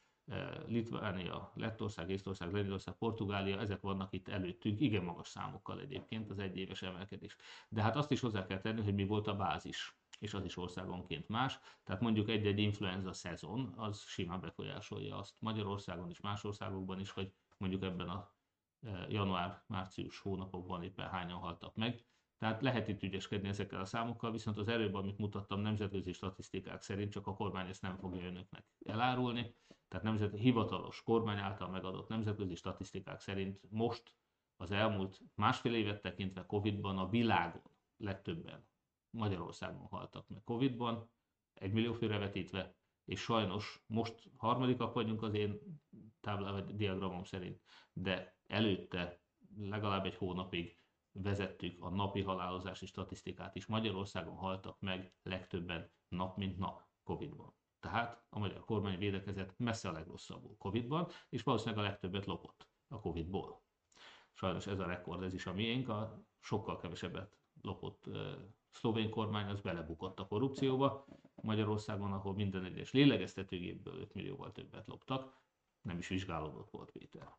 Litvánia, Lettország, Észtország, Lengyelország, Portugália, ezek vannak itt előttünk, igen magas számokkal egyébként az egyéves emelkedés. De hát azt is hozzá kell tenni, hogy mi volt a bázis, és az is országonként más. Tehát mondjuk egy-egy influenza szezon, az simán befolyásolja azt Magyarországon is, más országokban is, hogy mondjuk ebben a január-március hónapokban éppen hányan haltak meg. Tehát lehet itt ügyeskedni ezekkel a számokkal, viszont az előbb, amit mutattam, nemzetközi statisztikák szerint csak a kormány ezt nem fogja önöknek elárulni. Tehát nemzeti hivatalos kormány által megadott nemzetközi statisztikák szerint most az elmúlt másfél évet tekintve Covidban a világon legtöbben Magyarországon haltak meg Covidban, egy millió főre vetítve, és sajnos most harmadikak vagyunk az én táblá vagy diagramom szerint, de előtte legalább egy hónapig vezettük a napi halálozási statisztikát is. Magyarországon haltak meg legtöbben nap mint nap Covidban. Tehát a magyar kormány védekezett messze a legrosszabbul Covidban, és valószínűleg a legtöbbet lopott a Covidból. Sajnos ez a rekord, ez is a miénk, a sokkal kevesebbet lopott uh, szlovén kormány, az belebukott a korrupcióba. Magyarországon, ahol minden egyes lélegeztetőgépből öt millióval többet loptak, nem is vizsgálódott volt Péter.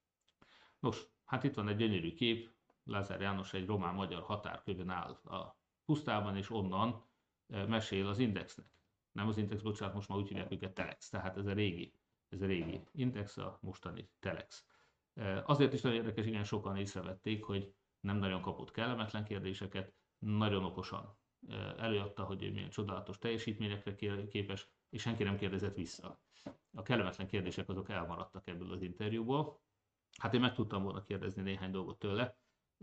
Nos, hát itt van egy gyönyörű kép, Lázár János egy román-magyar határkövön áll a pusztában, és onnan mesél az Indexnek. Nem az Index, bocsánat, most már úgy hívják őket Telex, tehát ez a régi, ez a régi Index, a mostani Telex. Azért is nagyon érdekes, igen, sokan észrevették, hogy nem nagyon kapott kellemetlen kérdéseket, nagyon okosan előadta, hogy ő milyen csodálatos teljesítményekre képes, és senki nem kérdezett vissza. A kellemetlen kérdések azok elmaradtak ebből az interjúból. Hát én meg tudtam volna kérdezni néhány dolgot tőle.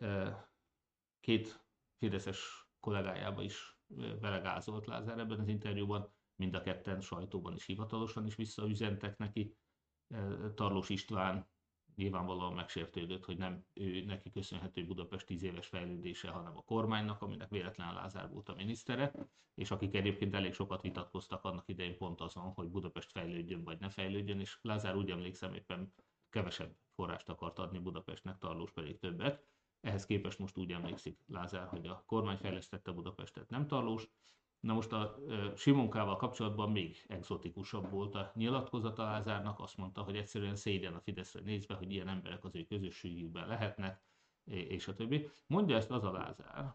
Két fideszes kollégájába is belegázolt Lázár ebben az interjúban, mind a ketten sajtóban is hivatalosan is visszaüzentek neki. Tarlós István nyilvánvalóan megsértődött, hogy nem ő neki köszönhető Budapest tíz éves fejlődése, hanem a kormánynak, aminek véletlenül Lázár volt a minisztere, és akik egyébként elég sokat vitatkoztak annak idején pont azon, hogy Budapest fejlődjön vagy ne fejlődjön, és Lázár úgy emlékszem éppen kevesebb forrást akart adni Budapestnek, Tarlós pedig többet. Ehhez képest most úgy emlékszik Lázár, hogy a kormány fejlesztette Budapestet, nem Tarlós. Na most a Simonkával kapcsolatban még egzotikusabb volt a nyilatkozata Lázárnak, azt mondta, hogy egyszerűen szégyen a Fideszre nézve, hogy ilyen emberek az ő közösségükben lehetnek, és a többi. Mondja ezt az a Lázár,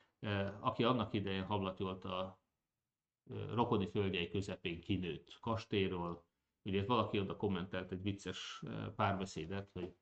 aki annak idején hablatjolt a rokoni földjei közepén kinőtt kastélyról. Ugye valaki oda kommentelt egy vicces párbeszédet, hogy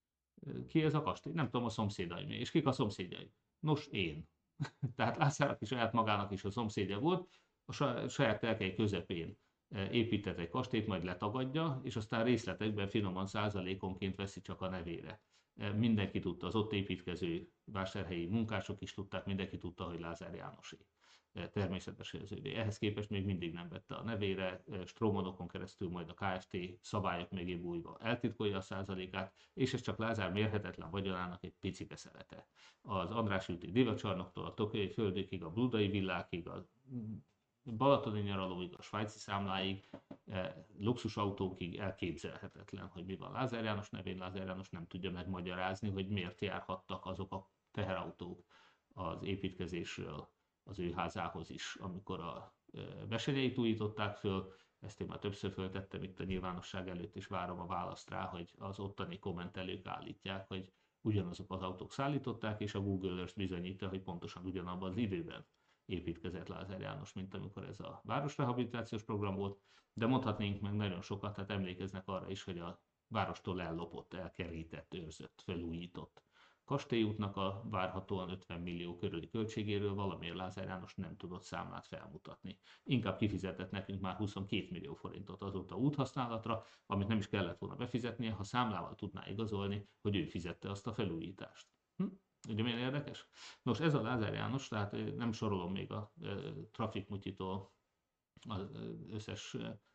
ki ez a kastély? Nem tudom, a szomszédaim. És kik a szomszédjai? Nos, én. Tehát Lázár, aki saját magának is a szomszédja volt, a saját telkei közepén épített egy kastélyt, majd letagadja, és aztán részletekben finoman százalékonként veszi csak a nevére. Mindenki tudta, az ott építkező vásárhelyi munkások is tudták, mindenki tudta, hogy Lázár Jánosé. Természetesen az övé. Ehhez képest még mindig nem vette a nevére, strómanokon keresztül majd a Kft. Szabályok mögé bújva eltitkolja a százalékát, és ez csak Lázár mérhetetlen vagyonának egy picike szelete. Az András úti divacsarnoktól a tokiai földökig, a budai villákig, a balatoni nyaralóig, a svájci számláig, luxusautókig elképzelhetetlen, hogy mi van Lázár János nevén. Lázár János nem tudja megmagyarázni, hogy miért járhattak azok a teherautók az építkezésről az ő házához is, amikor a besenyeit újították föl. Ezt én már többször föltettem itt a nyilvánosság előtt, és várom a választ rá, hogy az ottani kommentelők állítják, hogy ugyanazok az autók szállították, és a Google Earth bizonyítja, hogy pontosan ugyanabban az időben építkezett Lázár János, mint amikor ez a városrehabilitációs program volt, de mondhatnénk meg nagyon sokat, tehát emlékeznek arra is, hogy a várostól ellopott, elkerített, őrzött, felújított kastélyútnak a várhatóan ötven millió körüli költségéről valamiért Lázár János nem tudott számlát felmutatni. Inkább kifizetett nekünk már huszonkét millió forintot azóta úthasználatra, amit nem is kellett volna befizetnie, ha számlával tudná igazolni, hogy ő fizette azt a felújítást. Hm? Ugye milyen érdekes? Nos, ez a Lázár János, tehát nem sorolom még a e, trafikmutyitól az összes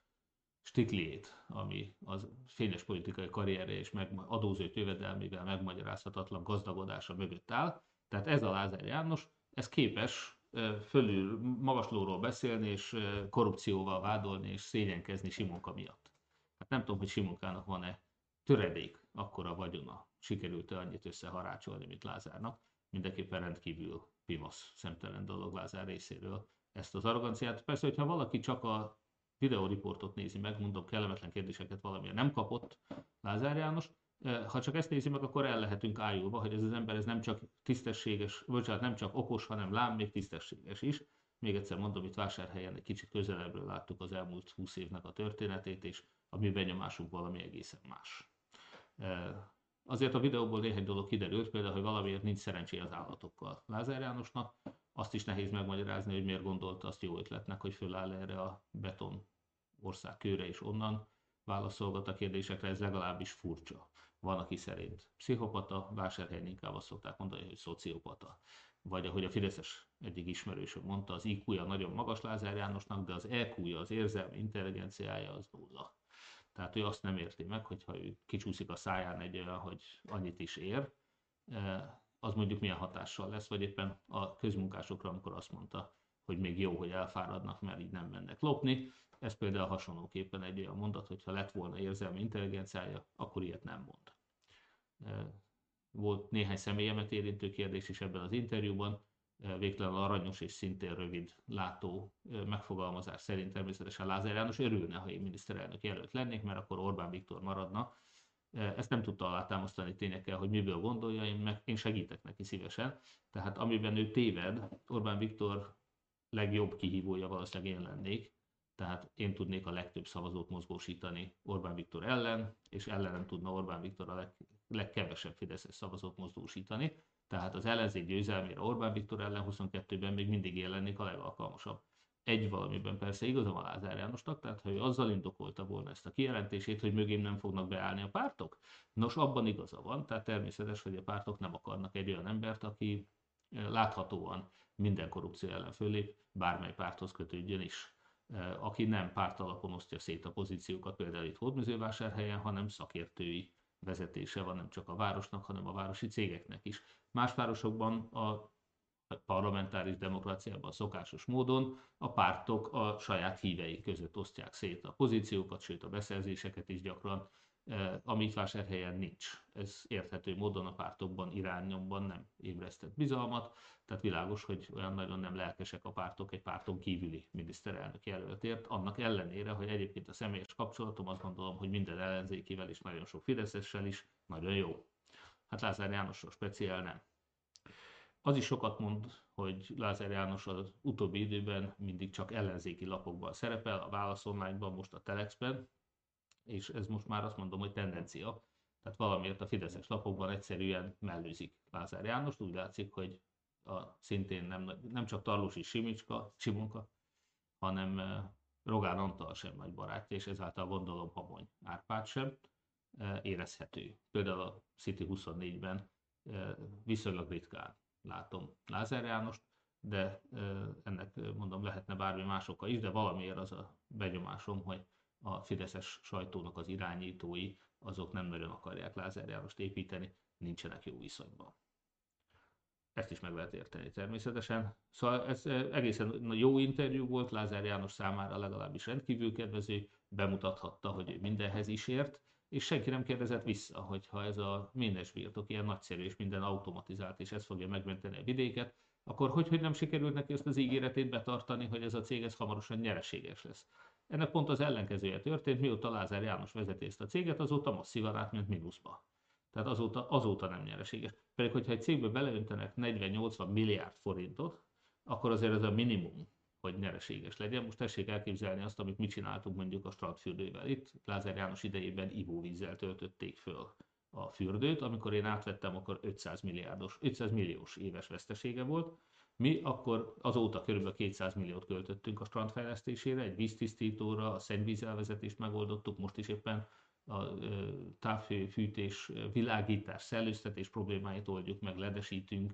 stikliét, ami az fényes politikai karrierje és meg, adózói jövedelmével megmagyarázhatatlan gazdagodása mögött áll. Tehát ez a Lázár János, ez képes fölül magaslóról beszélni, és korrupcióval vádolni, és szégyenkezni Simonka miatt. Hát nem tudom, hogy Simonkának van-e töredék akkora vagyona, sikerült-e annyit összeharácsolni, mint Lázárnak. Mindenképpen rendkívül pimasz, szemtelen dolog Lázár részéről ezt az arroganciát. Persze, hogyha valaki csak a videóriportot nézi meg, mondom, kellemetlen kérdéseket valamiért nem kapott Lázár János. Ha csak ezt nézi meg, akkor el lehetünk ájulva, hogy ez az ember ez nem csak tisztességes, bocsánat, nem csak okos, hanem lám, még tisztességes is. Még egyszer mondom, itt Vásárhelyen egy kicsit közelebbről láttuk az elmúlt húsz évnek a történetét, és a mi benyomásunk valami egészen más. Azért a videóból néhány dolog kiderült, például, hogy valamiért nincs szerencsé az állatokkal Lázár Jánosnak. Azt is nehéz megmagyarázni, hogy miért gondolta azt jó ötletnek, hogy föláll erre a beton ország kőre, és onnan válaszolgat a kérdésekre, ez legalábbis furcsa. Van, aki szerint pszichopata, Vásárhelyen inkább azt szokták mondani, hogy szociopata. Vagy ahogy a fideszes egyik ismerősöm mondta, az í kú-ja nagyon magas Lázár Jánosnak, de az é kú-ja, az érzelmi intelligenciája az nulla. Tehát ő azt nem érti meg, hogyha ő kicsúszik a száján egy olyan, hogy annyit is ér, az mondjuk milyen hatással lesz, vagy éppen a közmunkásokra, amikor azt mondta, hogy még jó, hogy elfáradnak, mert így nem mennek lopni. Ez például hasonlóképpen egy olyan mondat, hogyha lett volna érzelmi intelligenciája, akkor ilyet nem mond. Volt néhány személyemet érintő kérdés is ebben az interjúban, végtelen aranyos és szintén rövid látó megfogalmazás szerint természetesen Lázár János örülne, ha én miniszterelnök jelölt lennék, mert akkor Orbán Viktor maradna. Ezt nem tudta alátámasztani tényekkel, hogy miből gondolja, én, meg, én segítek neki szívesen. Tehát amiben ő téved, Orbán Viktor legjobb kihívója valószínűleg én lennék, tehát én tudnék a legtöbb szavazót mozgósítani Orbán Viktor ellen, és ellenem tudna Orbán Viktor a leg, legkevesebb fideszes szavazót mozgósítani. Tehát az ellenzék győzelmére Orbán Viktor ellen huszonkettőben még mindig én lennék a legalkalmasabb. Egy valamiben persze igazam a Lázár Jánosnak, tehát ha ő azzal indokolta volna ezt a kijelentését, hogy mögém nem fognak beállni a pártok, nos, abban igaza van, tehát természetes, hogy a pártok nem akarnak egy olyan embert, aki láthatóan minden korrupció ellen fölép, bármely párthoz kötődjön is. Aki nem párt alapon osztja szét a pozíciókat, például itt Hódmezővásárhelyen, hanem szakértői vezetése van nem csak a városnak, hanem a városi cégeknek is. Más városokban a parlamentáris demokráciában szokásos módon a pártok a saját hívei között osztják szét a pozíciókat, sőt a beszerzéseket is gyakran. ami itt Vásárhelyen nincs. Ez érthető módon a pártokban, irányomban nem ébresztett bizalmat, tehát világos, hogy olyan nagyon nem lelkesek a pártok egy párton kívüli miniszterelnök jelöltért, annak ellenére, hogy egyébként a személyes kapcsolatom azt gondolom, hogy minden ellenzékivel és nagyon sok fideszessel is nagyon jó. Hát Lázár Jánosról speciál nem. Az is sokat mond, hogy Lázár János az utóbbi időben mindig csak ellenzéki lapokban szerepel, a Válasz Online-ban, most a Telexben, és ez most már azt mondom, hogy tendencia. Tehát valamiért a fideszes lapokban egyszerűen mellőzik Lázár Jánost, úgy látszik, hogy a, szintén nem, nem csak Tarlósi Simicska, Simonka, hanem Rogán Antal sem nagy barátja, és ezáltal gondolom Habony Árpád sem érezhető. Például a City huszonnégyben viszonylag ritkán látom Lázár Jánost, de ennek mondom lehetne bármi más oka is, de valamiért az a benyomásom, hogy a fideszes sajtónak az irányítói, azok nem nagyon akarják Lázár Jánost építeni, nincsenek jó viszonyban. Ezt is meg lehet érteni természetesen. Szóval ez egészen jó interjú volt, Lázár János számára legalábbis rendkívül kedvező, bemutathatta, hogy mindenhez is ért, és senki nem kérdezett vissza, hogy ha ez a ménes birtok ilyen nagyszerű és minden automatizált, és ez fogja megmenteni a vidéket, akkor hogy, hogy nem sikerült neki ezt az ígéretét betartani, hogy ez a cég ez hamarosan nyereséges lesz. Ennek pont az ellenkezője történt, mióta Lázár János vezeti ezt a céget, azóta masszívan átment mínuszba. Tehát azóta, azóta nem nyereséges. Pedig, hogyha egy cégbe beleöntenek negyven-nyolcvan milliárd forintot, akkor azért ez a minimum, hogy nyereséges legyen. Most tessék elképzelni azt, amit mi csináltunk mondjuk a strandfürdővel. Itt Lázár János idejében ivóvízzel töltötték föl a fürdőt, amikor én átvettem, akkor ötszáz milliárdos, ötszáz milliós éves vesztesége volt. Mi akkor azóta kb. kétszáz milliót költöttünk a strandfejlesztésére, egy víztisztítóra, a szennyvízelvezetést megoldottuk, most is éppen a távfűtés, világítás, szellőztetés problémáit oldjuk meg, ledesítünk,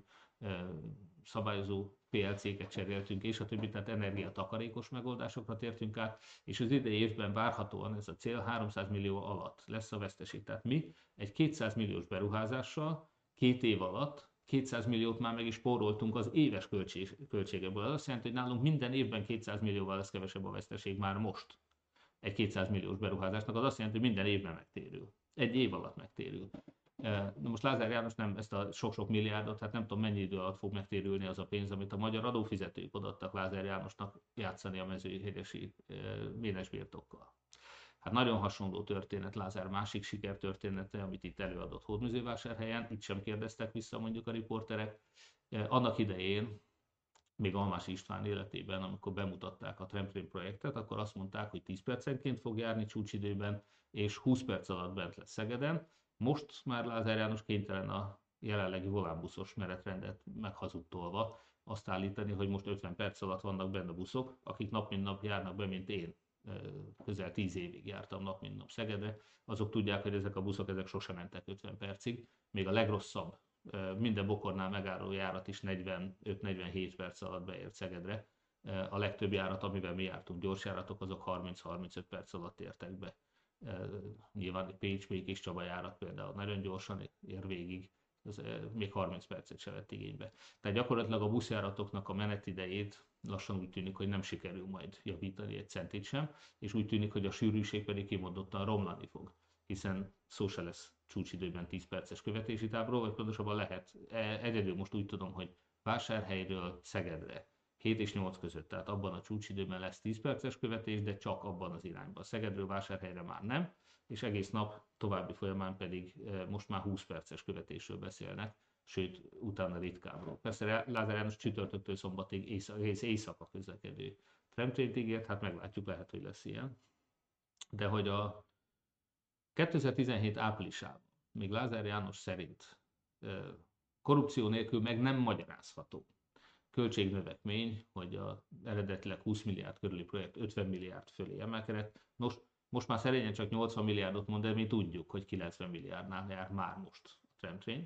szabályozó pé el cé-ket cseréltünk, és a többi, tehát energiatakarékos megoldásokra tértünk át, és az idei évben várhatóan ez a cél háromszáz millió alatt lesz a veszteség. Tehát mi egy kétszáz milliós beruházással két év alatt kétszáz milliót már meg is spóroltunk az éves költségeből. Az azt jelenti, hogy nálunk minden évben kétszáz millióval lesz kevesebb a veszteség már most. Egy kétszáz milliós beruházásnak, az azt jelenti, hogy minden évben megtérül. Egy év alatt megtérül. Na most Lázár János nem ezt a sok-sok milliárdot, hát nem tudom mennyi idő alatt fog megtérülni az a pénz, amit a magyar adófizetők odaadtak Lázár Jánosnak játszani a mezőhegyesi ménes birtokkal. Hát nagyon hasonló történet Lázár másik sikertörténete, amit itt előadott Hódmezővásárhelyen, itt sem kérdeztek vissza mondjuk a riporterek. Annak idején, még Almási István életében, amikor bemutatták a Tramtrain projektet, akkor azt mondták, hogy tíz percenként fog járni csúcsidőben, és húsz perc alatt bent lesz Szegeden. Most már Lázár János kénytelen a jelenlegi volánbuszos menetrendet meghazudtolva azt állítani, hogy most ötven perc alatt vannak benne a buszok, akik nap mint nap járnak be, mint én. Közel tíz évig jártam nap mint nap Szegedre, azok tudják, hogy ezek a buszok ezek sosem mentek ötven percig. Még a legrosszabb, minden bokornál megálló járat is negyvenöt-negyvenhét perc alatt beért Szegedre. A legtöbb járat, amivel mi jártunk, gyorsjáratok, azok harminc-harmincöt perc alatt értek be. Nyilván Pécs-Békés Csaba járat például nagyon gyorsan ér végig, az még harminc percet se vett igénybe. Tehát gyakorlatilag a buszjáratoknak a menetidejét lassan úgy tűnik, hogy nem sikerül majd javítani egy centit sem, és úgy tűnik, hogy a sűrűség pedig kimondottan romlani fog, hiszen szó se lesz csúcsidőben tíz perces követési tábról, vagy pontosabban lehet. Egyedül most úgy tudom, hogy Vásárhelyről Szegedre hét és nyolc között, tehát abban a csúcsidőben lesz tíz perces követés, de csak abban az irányban. Szegedről Vásárhelyre már nem, és egész nap további folyamán pedig most már húsz perces követésről beszélnek, sőt, utána ritkábbról. Persze Lázár János csütörtöktől szombatig egész éjszaka közlekedő tramtraint ígért, hát meglátjuk, lehet, hogy lesz ilyen. De hogy a kétezer-tizenhét áprilisában, még Lázár János szerint korrupció nélkül meg nem magyarázható költségnövekmény, hogy a eredetileg húsz milliárd körüli projekt ötven milliárd fölé emelkedett. Nos, most már szerényen csak nyolcvan milliárdot mond, de mi tudjuk, hogy kilencven milliárdnál jár már most a tramtrain.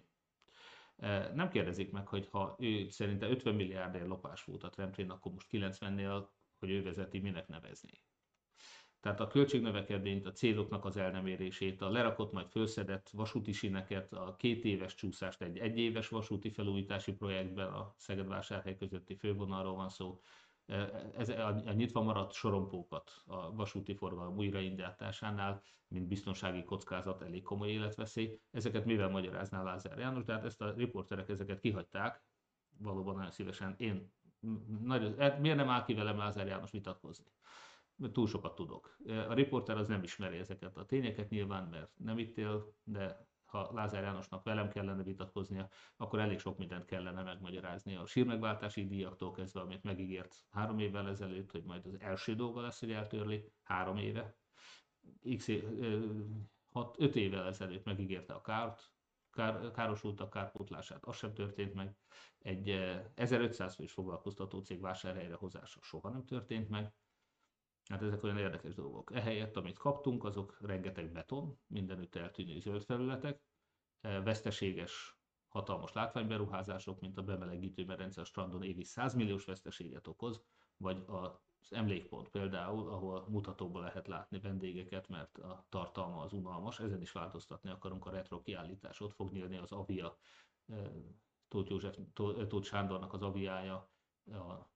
Nem kérdezik meg, hogy ha ő szerinte ötven milliárdért lopás volt a tramtrain, akkor most kilencvennél, hogy ő vezeti, minek nevezné. Tehát a költségnövekedényt, a céloknak az el nem érését, a lerakott majd fölszedett vasúti síneket, a két éves csúszást egy egyéves vasúti felújítási projektben, a Szeged-Vásárhely közötti fővonalról van szó, Ez a, a nyitva maradt sorompókat a vasúti forgalom újraindításánál, mint biztonsági kockázat, elég komoly életveszély. Ezeket mivel magyarázná Lázár János? De hát ezt a riporterek ezeket kihagyták, valóban nagyon szívesen. Én, nagyon, miért nem áll ki velem Lázár János vitatkozni? Túl sokat tudok. A riporter az nem ismeri ezeket a tényeket nyilván, mert nem itt él, de ha Lázár Jánosnak velem kellene vitatkoznia, akkor elég sok mindent kellene megmagyaráznia. A sírmegváltási díjaktól kezdve, amit megígért három évvel ezelőtt, hogy majd az első dolga lesz, hogy eltörli, három éve. X, hat, öt évvel ezelőtt megígérte a kárt, kár, károsultak kárpótlását, az sem történt meg. Egy ezerötszáz fős foglalkoztató cég vásárhelyre hozása soha nem történt meg. Hát ezek olyan érdekes dolgok. Ehelyett, amit kaptunk, azok rengeteg beton, mindenütt eltűnő zöld felületek, veszteséges, hatalmas látványberuházások, mint a bemelegítő medence a strandon évi száz milliós veszteséget okoz, vagy az emlékpont például, ahol mutatóból lehet látni vendégeket, mert a tartalma az unalmas, ezen is változtatni akarunk, a retro kiállítás, ott fog nyílni az Avia, Tóth, József, Tóth Sándornak az Aviája, a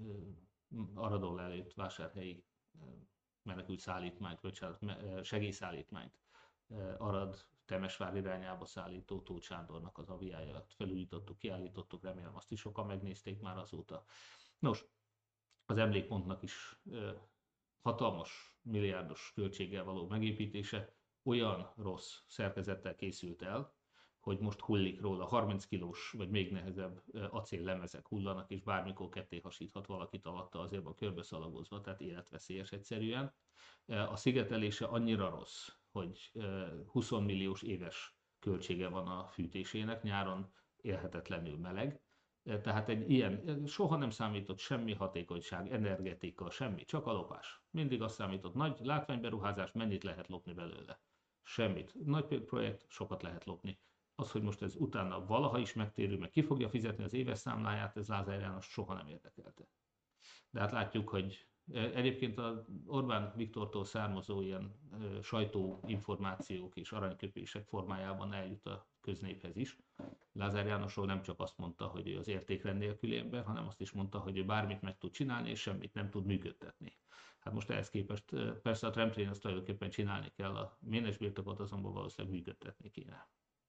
Aradon lelőtt vásárhelyi menekült szállítmányt, bocsánat, segélyszállítmányt Arad, Temesvár irányába szállító Tóth Sándornak az Aviáját felújítottuk, kiállítottuk, remélem azt is sokan megnézték már azóta. Nos, az emlékpontnak is hatalmas, milliárdos költséggel való megépítése olyan rossz szerkezettel készült el, hogy most hullik róla, harminc kilós vagy még nehezebb acéllemezek hullanak, és bármikor ketté hasíthat valakit alatta, azért van körbeszalagozva, tehát életveszélyes egyszerűen. A szigetelése annyira rossz, hogy húsz milliós éves költsége van a fűtésének, nyáron élhetetlenül meleg. Tehát egy ilyen, soha nem számított semmi hatékonyság, energetika, semmi, csak a lopás. Mindig azt számított, nagy látványberuházás, mennyit lehet lopni belőle. Semmit. Nagy projekt, sokat lehet lopni. Az, hogy most ez utána valaha is megtérül, meg ki fogja fizetni az éves számláját, ez Lázár János soha nem érdekelte. De hát látjuk, hogy egyébként az Orbán Viktortól származó ilyen sajtóinformációk és aranyköpések formájában eljut a köznéphez is. Lázár Jánosról nem csak azt mondta, hogy ő az értékrend nélküli ember, hanem azt is mondta, hogy ő bármit meg tud csinálni, és semmit nem tud működtetni. Hát most ehhez képest persze a tramtrain azt tulajdonképpen csinálni kell, a ménes birtokot azonban valószínűleg működtetni kéne.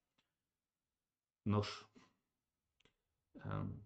Nos, um,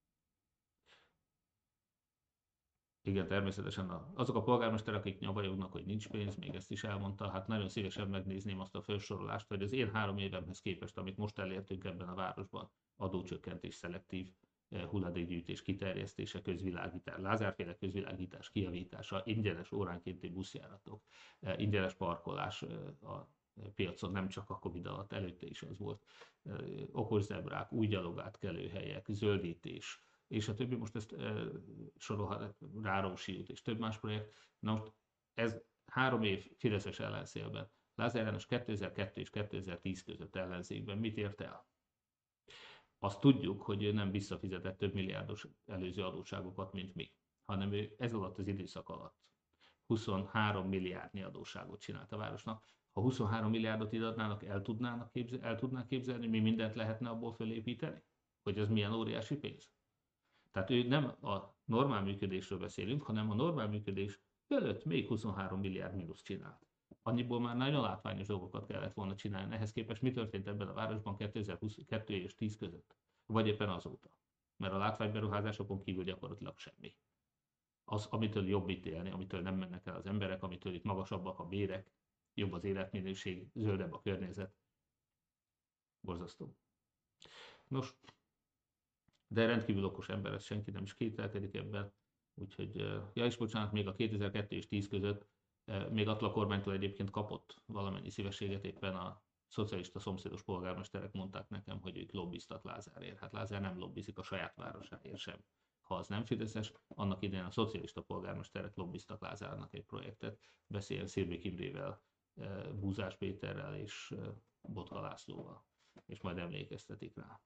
igen, természetesen azok a polgármesterek, akik nyavajognak, hogy nincs pénz, még ezt is elmondta, hát nagyon szívesen megnézném azt a felsorolást, hogy az én három évemhez képest, amit most elértünk ebben a városban, adócsökkentés, szelektív hulladékgyűjtés, kiterjesztése, közvilágítás, Lázárféle közvilágítás, kijavítása, ingyenes óránkénti buszjáratok, ingyenes parkolás a piacon, nem csak a Covid alatt, előtte is az volt, okos zebrák, új gyalogátkelőhelyek, zöldítés, és a többi, most ezt e, sorolhat, Rárósi út és több más projekt. Na most ez három év fideszes ellenszélben. Lázár János kétezer-kettő és kétezer-tíz között ellenzékben mit ért el? Azt tudjuk, hogy ő nem visszafizetett több milliárdos előző adósságokat, mint mi, hanem ő ez alatt az időszak alatt huszonhárom milliárdnyi adósságot csinált a városnak. Ha huszonhárom milliárdot ideadnának, el tudnának képzelni, el tudnák képzelni, mi mindent lehetne abból fölépíteni? Hogy ez milyen óriási pénz? Tehát ő nem a normál működésről beszélünk, hanem a normál működés fölött még huszonhárom milliárd mínusz csinált. Annyiból már nagyon látványos dolgokat kellett volna csinálni. Ehhez képest mi történt ebben a városban kétezer-huszonkettő és tíz között? Vagy éppen azóta? Mert a látványberuházásokon kívül gyakorlatilag semmi. Az, amitől jobb itt élni, amitől nem mennek el az emberek, amitől itt magasabbak a bérek, jobb az életminőség, zöldebb a környezet. Borzasztó. Nos, de rendkívül okos ember, ez senki nem is kételkedik ebben. Úgyhogy, ja és bocsánat, még a kétezer-kettő és tíz között még Attila kormánytól egyébként kapott valamennyi szívességet, éppen a szocialista szomszédos polgármesterek mondták nekem, hogy ők lobbiztak Lázárért. Hát Lázár nem lobbizik a saját városáért sem. Ha az nem fideszes, annak idején a szocialista polgármesterek lobbiztak Lázárnak egy projektet, beszél Szilvik Imrével, Búzás Péterrel és Botka Lászlóval, és majd emlékeztetik rá.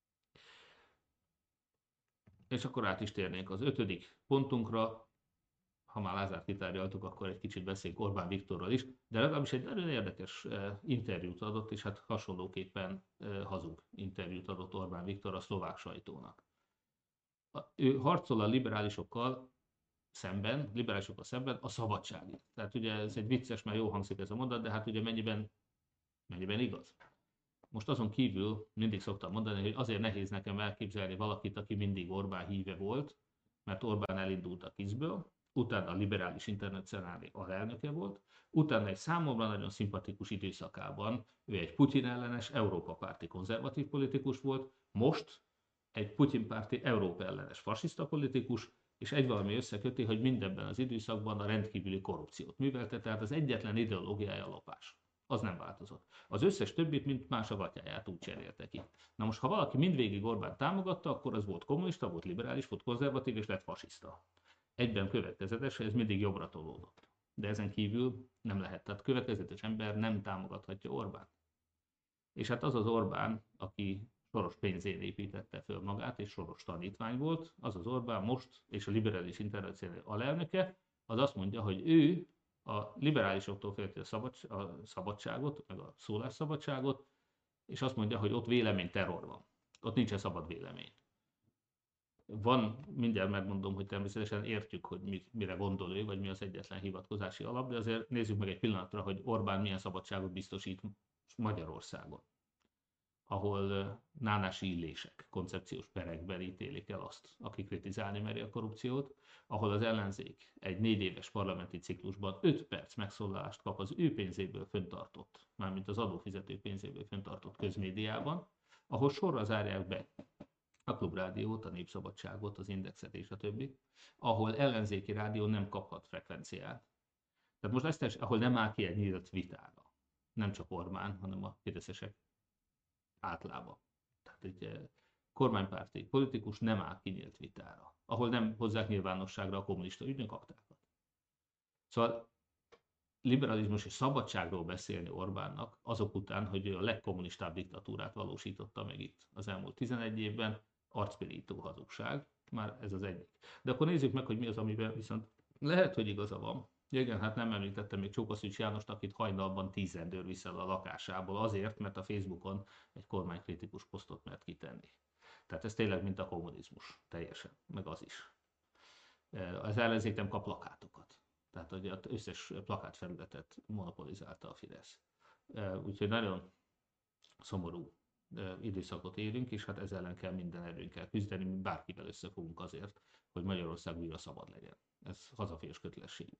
És akkor át is térnénk az ötödik pontunkra, ha már Lázárt kitárgyaltuk, akkor egy kicsit beszéljünk Orbán Viktorról is, de legalábbis egy nagyon érdekes interjút adott, és hát hasonlóképpen hazug interjút adott Orbán Viktor a szlovák sajtónak. Ő harcol a liberálisokkal szemben, liberálisokkal szemben a szabadságért. Tehát ugye ez egy vicces, mert jó hangzik ez a mondat, de hát ugye mennyiben, mennyiben igaz. Most azon kívül mindig szoktam mondani, hogy azért nehéz nekem elképzelni valakit, aki mindig Orbán híve volt, mert Orbán elindult a kizből, utána a liberális internacionálé alelnöke volt, utána egy számomra nagyon szimpatikus időszakában ő egy Putyin ellenes, Európa párti konzervatív politikus volt, most egy Putyin párti Európa ellenes fasiszta politikus, és egy valami összeköti, hogy mindebben az időszakban a rendkívüli korrupciót művelte, tehát az egyetlen ideológiája a lopás. Az nem változott. Az összes többit, mint más a gatyáját úgy cserélte ki. Na most, ha valaki mindvégig Orbán támogatta, akkor az volt kommunista, volt liberális, volt konzervatív, és lett fasiszta. Egyben következetes, ez mindig jobbra tolódott. De ezen kívül nem lehet. Tehát következetes ember nem támogathatja Orbán. És hát az az Orbán, aki Soros pénzén építette föl magát, és Soros tanítvány volt, az az Orbán most, és a liberális internacionális alelnöke, az azt mondja, hogy ő a liberálisoktól félti a, szabad, a szabadságot, meg a szólásszabadságot, és azt mondja, hogy ott véleményterror van. Ott nincsen szabad vélemény. Van, mindjárt megmondom, hogy természetesen értjük, hogy mi, mire gondol ő, vagy mi az egyetlen hivatkozási alap, de azért nézzük meg egy pillanatra, hogy Orbán milyen szabadságot biztosít Magyarországon, ahol nánási illések, koncepciós perekben ítélik el azt, aki kritizálni meri a korrupciót, ahol az ellenzék egy négy éves parlamenti ciklusban öt perc megszólalást kap az ő pénzéből föntartott, mármint az adófizető pénzéből föntartott közmédiában, ahol sorra zárják be a Klubrádiót, a Népszabadságot, az Indexet és a többi, ahol ellenzéki rádió nem kaphat frekvenciát. Tehát most ezt, ahol nem áll ki egy nyílt vitára. Nem csak Orbán, hanem a fideszesek általában. Tehát egy kormánypárti politikus nem áll ki nyílt vitára, ahol nem hozzák nyilvánosságra a kommunista ügynökaktákat. Szóval liberalizmus és szabadságról beszélni Orbánnak azok után, hogy ő a legkommunistább diktatúrát valósította meg itt az elmúlt tizenegy évben, arcpirító hazugság, már ez az egyik. De akkor nézzük meg, hogy mi az, amiben viszont lehet, hogy igaza van. Igen, hát nem említettem még Csókaszűcs Jánost, akit hajnalban tíz rendőr viszel a lakásából azért, mert a Facebookon egy kormánykritikus posztot mert kitenni. Tehát ez tényleg mint a kommunizmus, teljesen, meg az is. Az ellenzék nem kap plakátokat. Tehát hogy az összes plakátfelületet monopolizálta a Fidesz. Úgyhogy nagyon szomorú időszakot élünk, és hát ezzel ellen kell minden erőnkkel küzdeni, mi bárkivel összefogunk azért, hogy Magyarország újra szabad legyen. Ez hazafias kötelességű.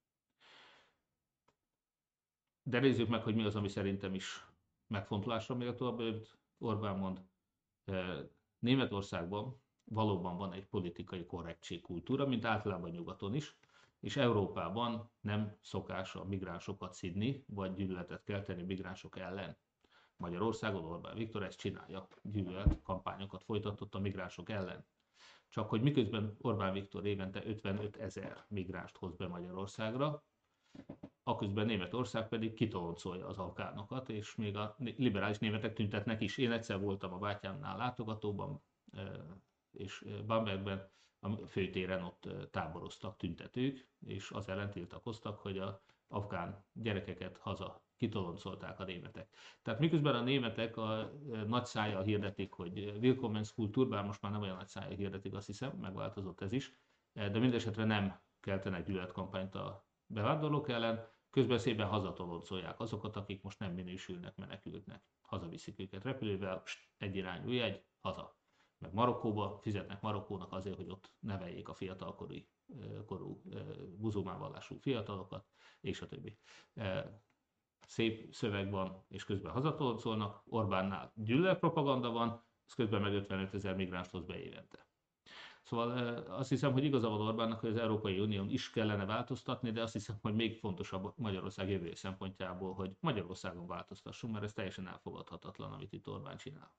De nézzük meg, hogy mi az, ami szerintem is megfontolásra méltó, amit Orbán mond. Németországban valóban van egy politikai korrektségkultúra, mint általában nyugaton is, és Európában nem szokás a migránsokat szidni, vagy gyűlöletet kelteni migránsok ellen. Magyarországon Orbán Viktor ezt csinálja, gyűlölet kampányokat folytatott a migránsok ellen. Csak hogy miközben Orbán Viktor évente ötvenöt ezer migránst hoz be Magyarországra, aközben Németország pedig kitoloncolja az afgánokat, és még a liberális németek tüntetnek is. Én egyszer voltam a bátyámnál látogatóban, és Bambergben, a főtéren ott táboroztak tüntetők, és az ellen tiltakoztak, hogy az afgán gyerekeket haza kitoloncolták a németek. Tehát miközben a németek a nagy szájjal hirdetik, hogy Willkommenskultur, bár most már nem olyan nagy szájjal hirdetik, azt hiszem, megváltozott ez is, de mindesetre nem keltenek gyűlöletkampányt a bevándorlók ellen, közben szépen hazatoloncolják azokat, akik most nem minősülnek menekültnek. Hazaviszik őket repülővel, egyirányú jegy, haza. Meg Marokkóba, fizetnek Marokkónak azért, hogy ott neveljék a fiatalkorú korú muzulmán vallású fiatalokat, és a többi. Szép szöveg van, és közben hazatoloncolnak, Orbánnál gyűlöletpropaganda van, az közben meg ötvenöt ezer migránst hoz be évente. Szóval azt hiszem, hogy igaza van Orbánnak, hogy az Európai Unión is kellene változtatni, de azt hiszem, hogy még fontosabb Magyarország jövő szempontjából, hogy Magyarországon változtassunk, mert ez teljesen elfogadhatatlan, amit itt Orbán csinál.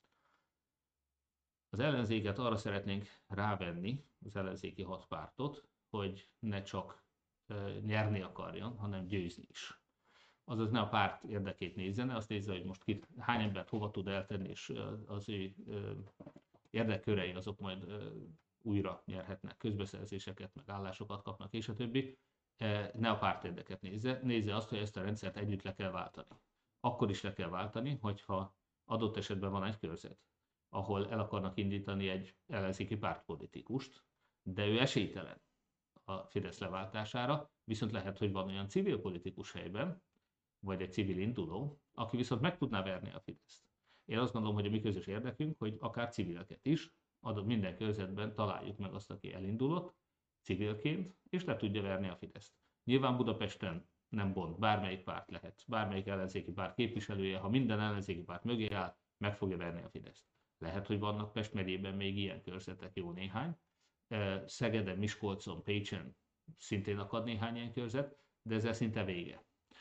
Az ellenzéket arra szeretnénk rávenni, az ellenzéki hat pártot, hogy ne csak nyerni akarjon, hanem győzni is. Azaz ne a párt érdekét nézze, ne azt nézze, hogy most ki, hány embert hova tud eltenni, és az ő érdekkörei azok majd újra nyerhetnek közbeszerzéseket, meg állásokat kapnak, és a többi. Ne a párt érdeket nézze, nézze azt, hogy ezt a rendszert együtt le kell váltani. Akkor is le kell váltani, hogyha adott esetben van egy körzet, ahol el akarnak indítani egy ellenzéki pártpolitikust, de ő esélytelen a Fidesz leváltására, viszont lehet, hogy van olyan civil politikus helyben, vagy egy civil induló, aki viszont meg tudná verni a Fideszt. Én azt gondolom, hogy a mi közös érdekünk, hogy akár civileket is, adott minden körzetben találjuk meg azt, aki elindulott civilként, és le tudja verni a Fideszt. Nyilván Budapesten nem bont, bármelyik párt lehet, bármelyik ellenzéki párt képviselője, ha minden ellenzéki párt mögé áll, meg fogja verni a Fideszt. Lehet, hogy vannak Pest megyében még ilyen körzetek, jó néhány. Szegeden, Miskolcon, Pécsen szintén akad néhány ilyen körzet, de ezzel szinte vége.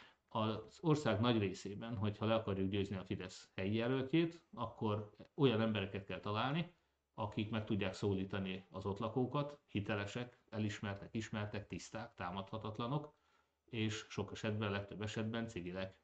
Az ország nagy részében, hogyha le akarjuk győzni a Fidesz helyi jelöltjét, akkor olyan embereket kell találni, akik meg tudják szólítani az ott lakókat, hitelesek, elismertek, ismertek, tiszták, támadhatatlanok, és sok esetben, legtöbb esetben civilek.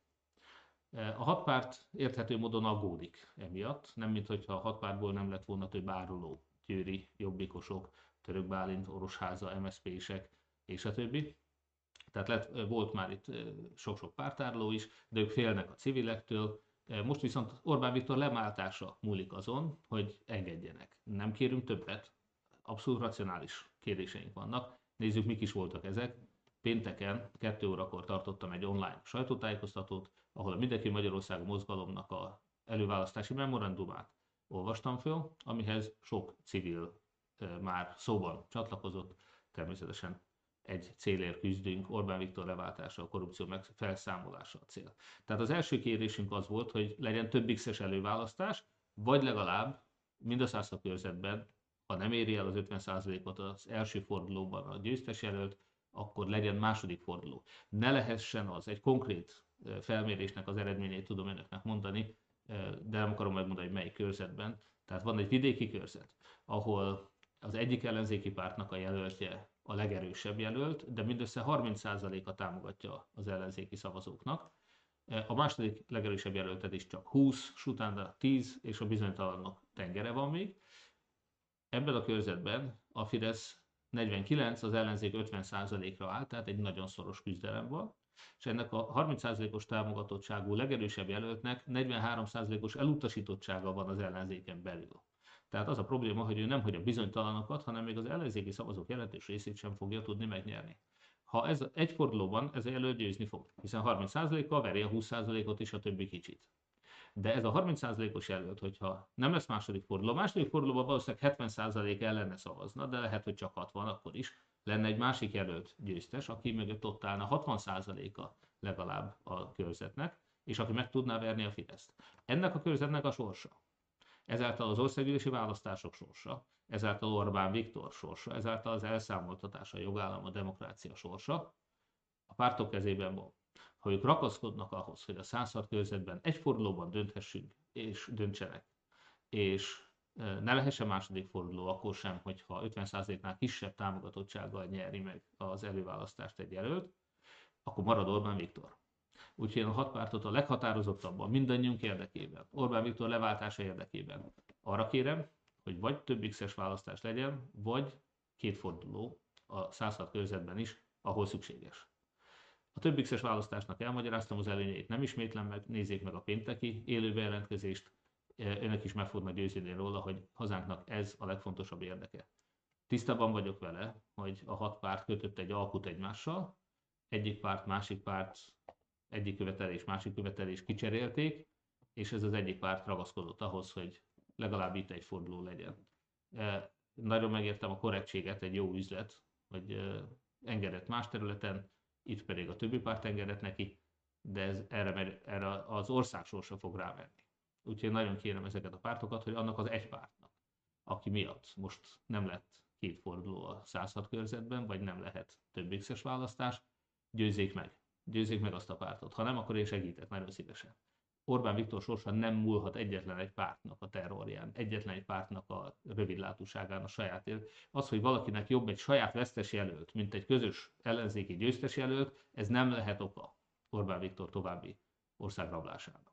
A hat párt érthető módon aggódik emiatt, nem mintha a hat pártból nem lett volna több áruló, győri, jobbikosok, Török Bálint, Orosháza, em es zé pések, és a többi. Tehát lett, volt már itt sok-sok pártárló is, de ők félnek a civilektől. Most viszont Orbán Viktor lemáltása múlik azon, hogy engedjenek. Nem kérünk többet, abszolút racionális kérdéseink vannak. Nézzük, mik is voltak ezek. Pénteken kettő órakor tartottam egy online sajtótájékoztatót, ahol a Mindenki Magyarország mozgalomnak a előválasztási memorandumát olvastam föl, amihez sok civil már szóban csatlakozott, természetesen egy célért küzdünk, Orbán Viktor leváltása, a korrupció meg felszámolása a cél. Tehát az első kérésünk az volt, hogy legyen több X-es előválasztás, vagy legalább mind a száz körzetben, ha nem éri el az ötven százalékot az első fordulóban a győztes jelölt, akkor legyen második forduló. Ne lehessen az egy konkrét felmérésnek az eredményét tudom önöknek mondani, de nem akarom megmondani, hogy melyik körzetben. Tehát van egy vidéki körzet, ahol az egyik ellenzéki pártnak a jelöltje a legerősebb jelölt, de mindössze harminc százaléka támogatja az ellenzéki szavazóknak. A második legerősebb jelöltet is csak húsz, és utána tíz, és a bizonytalanok tengere van még. Ebben a körzetben a Fidesz negyvenkilenc, az ellenzék ötven százalékra áll, tehát egy nagyon szoros küzdelem van, és ennek a harminc százalékos támogatottságú legerősebb jelöltnek negyvenhárom százalékos elutasítottsága van az ellenzéken belül. Tehát az a probléma, hogy ő nem hogy a bizonytalanokat, hanem még az ellenzéki szavazók jelentős részét sem fogja tudni megnyerni. Ha ez egy fordulóban, ez a jelölt győzni fog, hiszen harminc százalékkal veri a húsz százalékot és a többi kicsit. De ez a harminc százalékos jelölt, hogyha nem lesz második forduló, a második fordulóban valószínűleg hetven százalék ellene szavazna, de lehet, hogy csak hatvan, akkor is lenne egy másik jelölt győztes, aki mögött ott állna hatvan százaléka legalább a körzetnek, és aki meg tudná verni a Fideszt. Ennek a körzetnek a sorsa, ezáltal az országgyűlési választások sorsa, ezáltal Orbán Viktor sorsa, ezáltal az elszámoltatás, a jogállam, a demokrácia sorsa a pártok kezében van. Ha ők ragaszkodnak ahhoz, hogy a száz hat körzetben egy fordulóban dönthessünk és döntsenek, és ne lehessen második forduló, akkor sem, hogyha ötven százaléknál kisebb támogatottsággal nyeri meg az előválasztást egy jelölt, akkor marad Orbán Viktor. Úgyhogy én a hat pártot a leghatározottabban, mindannyiunk érdekében, Orbán Viktor leváltása érdekében arra kérem, hogy vagy több X-es választás legyen, vagy két forduló a száz hat körzetben is, ahol szükséges. A több X-es választásnak elmagyaráztam az előnyeit, nem ismétlem meg, nézzék meg a pénteki élő bejelentkezést, önök is meg fognak győzni róla, hogy hazánknak ez a legfontosabb érdeke. Tisztában vagyok vele, hogy a hat párt kötött egy alkut egymással, egyik párt, másik párt, egyik követelés, másik követelés kicserélték, és ez az egyik párt ragaszkodott ahhoz, hogy legalább itt egy forduló legyen. Nagyon megértem a korrektséget, egy jó üzlet, hogy engedett más területen, itt pedig a többi párt engedett neki, de ez erre, erre az ország sorsa fog rávenni. Úgyhogy nagyon kérem ezeket a pártokat, hogy annak az egy pártnak, aki miatt most nem lett két forduló a száz hat körzetben, vagy nem lehet több X-es választás, győzzék meg. Győzzék meg azt a pártot. Ha nem, akkor én segítek nagyon szívesen. Orbán Viktor sorsa nem múlhat egyetlen egy pártnak a terrorján, egyetlen egy pártnak a rövidlátúságán, a saját ér. Az, hogy valakinek jobb egy saját vesztes jelölt, mint egy közös ellenzéki győztes jelölt, ez nem lehet oka Orbán Viktor további országrablásának.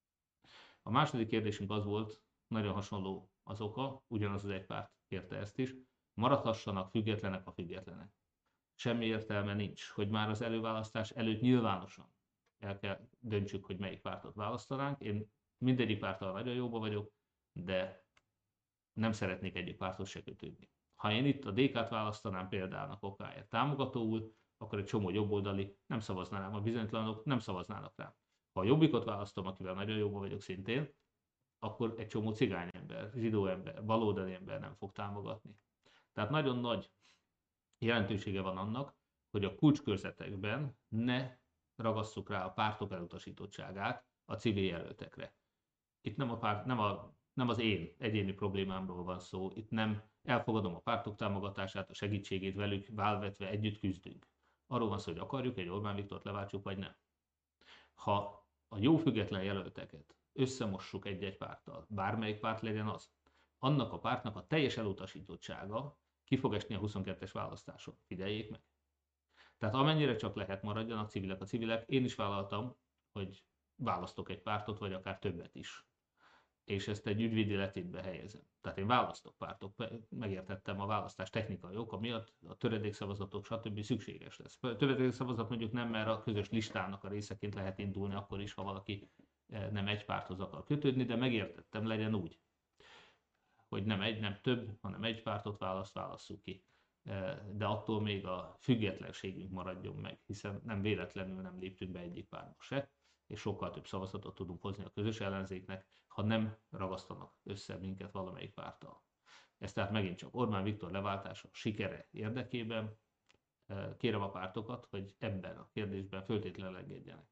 A második kérdésünk az volt, nagyon hasonló az oka, ugyanaz az egy párt kérte ezt is, maradhassanak függetlenek a függetlenek. Semmi értelme nincs, hogy már az előválasztás előtt nyilvánosan el kell döntsük, hogy melyik pártot választanánk. Én mindegyik párttal nagyon jóba vagyok, de nem szeretnék egyik párthoz se kötődni. Ha én itt a dé ká-t választanám példának okáért támogatóul, akkor egy csomó jobboldali nem szavazná rám, a bizonytalanok nem szavaznának rám. Ha a Jobbikot választom, akivel nagyon jóban vagyok szintén, akkor egy csomó cigány ember, zsidó ember, baloldali ember nem fog támogatni. Tehát nagyon nagy jelentősége van annak, hogy a kulcskörzetekben ne ragasszuk rá a pártok elutasítottságát a civil jelöltekre. Itt nem, a párt, nem, a, nem az én egyéni problémámról van szó, itt nem elfogadom a pártok támogatását, a segítségét velük válvetve együtt küzdünk. Arról van szó, hogy akarjuk egy Orbán Viktort leváltsuk, vagy nem. Ha a jó független jelölteket összemossuk egy-egy párttal, bármelyik párt legyen az, annak a pártnak a teljes elutasítottsága ki fog esni a huszonkettes választáson. Figyeljék meg! Tehát amennyire csak lehet, maradjanak civilek a civilek. Én is vállaltam, hogy választok egy pártot, vagy akár többet is. És ezt egy ügyvédi letétbe helyezem. Tehát én választok pártok, megértettem a választás technikai oka miatt, a töredékszavazatok, stb. Szükséges lesz. Töredékszavazat mondjuk nem, mert a közös listának a részeként lehet indulni akkor is, ha valaki nem egy párthoz akar kötődni, de megértettem, legyen úgy, hogy nem egy, nem több, hanem egy pártot választ, válasszuk ki. De attól még a függetlenségünk maradjon meg, hiszen nem véletlenül nem léptünk be egyik pártba se, és sokkal több szavazatot tudunk hozni a közös ellenzéknek, ha nem ragasztanak össze minket valamelyik párttal. Ez tehát megint csak Orbán Viktor leváltása sikere érdekében. Kérem a pártokat, hogy ebben a kérdésben föltétlenül engedjenek.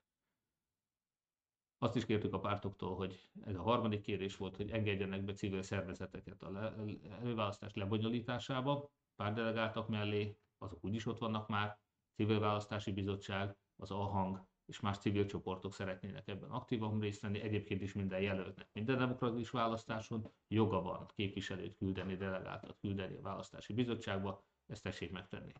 Azt is kértük a pártoktól, hogy ez a harmadik kérés volt, hogy engedjenek be civil szervezeteket a előválasztás lebonyolításába, pártdelegáltak mellé, azok úgyis ott vannak már, Civil Választási Bizottság, az AHANG és más civil csoportok szeretnének ebben aktívan részt venni, egyébként is minden jelöltnek. Minden demokratikus választáson joga van képviselőt küldeni, delegáltat küldeni a választási bizottságba, ezt tessék megtenni.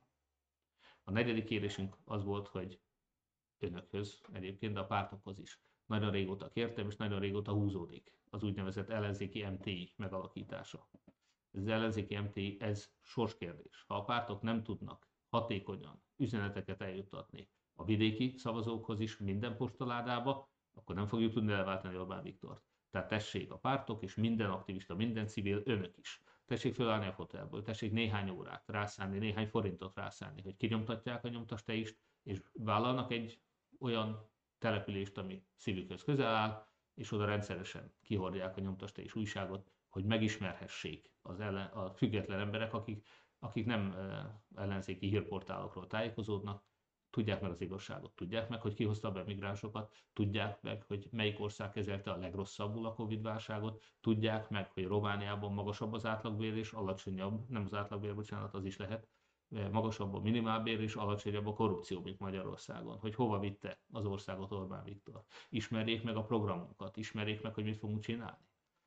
A negyedik kérésünk az volt, hogy önökhöz egyébként, de a pártokhoz is. Nagyon régóta kértem, és nagyon régóta húzódik az úgynevezett ellenzéki em té i megalakítása. Ez az ellenzéki em té i, ez sorskérdés. Ha a pártok nem tudnak hatékonyan üzeneteket eljuttatni a vidéki szavazókhoz is minden postaládába, akkor nem fogjuk tudni elváltani Orbán Viktort. Tehát tessék a pártok és minden aktivista, minden civil, önök is. Tessék fölállni a fotelből, tessék néhány órát rászánni, néhány forintot rászánni, hogy kinyomtatják a nyomtasteist, és vállalnak egy olyan települést, ami szívükhöz közel áll, és oda rendszeresen kihordják a nyomtasteis újságot, hogy megismerhessék az ellen, a független emberek, akik, akik nem ellenzéki hírportálokról tájékozódnak, tudják meg az igazságot, tudják meg, hogy ki hozta be migránsokat, tudják meg, hogy melyik ország kezelte a legrosszabbul a Covid-válságot, tudják meg, hogy Romániában magasabb az átlagbér és alacsonyabb, nem az átlagbér, bocsánat, az is lehet, magasabb a minimálbér és alacsonyabb a korrupció, mint Magyarországon. Hogy hova vitte az országot Orbán Viktor. Ismerjék meg a programunkat, ismerjék meg, hogy mit fogunk csinálni.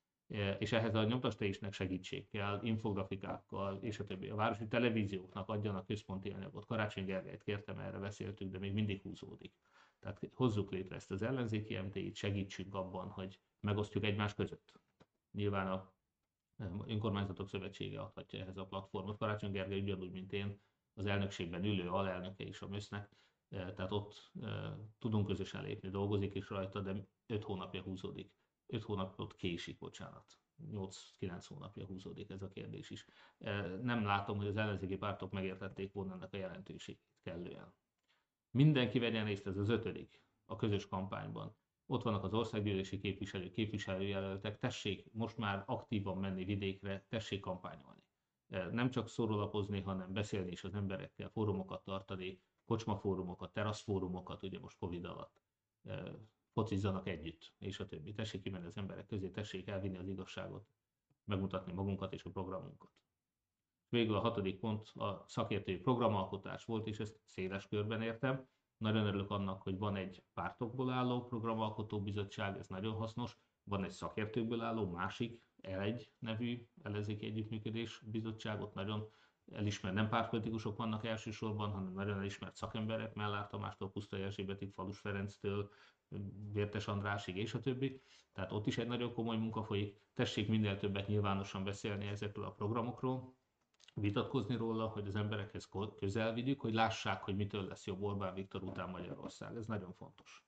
És ehhez a nyomtasteisnek segítség kell, infografikákkal és a többi. A városi televízióknak adjanak központi anyagot. Karácsony Gergelyt kértem, erre beszéltünk, de még mindig húzódik. Tehát hozzuk létre ezt az ellenzéki em té i-t, segítsünk abban, hogy megosztjuk egymás között. Nyilván a Önkormányzatok Szövetsége adhatja ehhez a platformot. Karácsony Gergely ugyanúgy, mint én, az elnökségben ülő alelnöke is a MÖSZ-nek, tehát ott tudunk közösen lépni, dolgozik is rajta, de öt hónapja húzódik. öt hónapot késik, bocsánat. nyolc-kilenc hónapja húzódik ez a kérdés is. Nem látom, hogy az ellenzéki pártok megértették volna ennek a jelentőségét kellően. Mindenki vegyen részt, ez az ötödik a közös kampányban. Ott vannak az országgyűlési képviselők, képviselőjelöltek, tessék most már aktívan menni vidékre, tessék kampányolni. Nem csak szórólapozni, hanem beszélni is az emberekkel, fórumokat tartani, kocsmafórumokat, teraszfórumokat, ugye most Covid alatt. Focizzanak együtt, és a többi. Tessék kimenni az emberek közé, tessék elvinni az igazságot, megmutatni magunkat és a programunkat. Végül a hatodik pont a szakértői programalkotás volt, és ezt széles körben értem. Nagyon örülök annak, hogy van egy pártokból álló programalkotó bizottság, ez nagyon hasznos. Van egy szakértőkből álló másik, el egy nevű ellenzéki együttműködés bizottságot, nagyon elismert, nem pártpolitikusok vannak elsősorban, hanem nagyon elismert szakemberek, Mellár Tamástól, Pusztai Erzsébetig, Falus Ferenctől, Vértes Andrásig és a többi. Tehát ott is egy nagyon komoly munka folyik. Tessék minél többet nyilvánosan beszélni ezekről a programokról, vitatkozni róla, hogy az emberekhez közel vigyük, hogy lássák, hogy mitől lesz jobb Orbán Viktor után Magyarország. Ez nagyon fontos.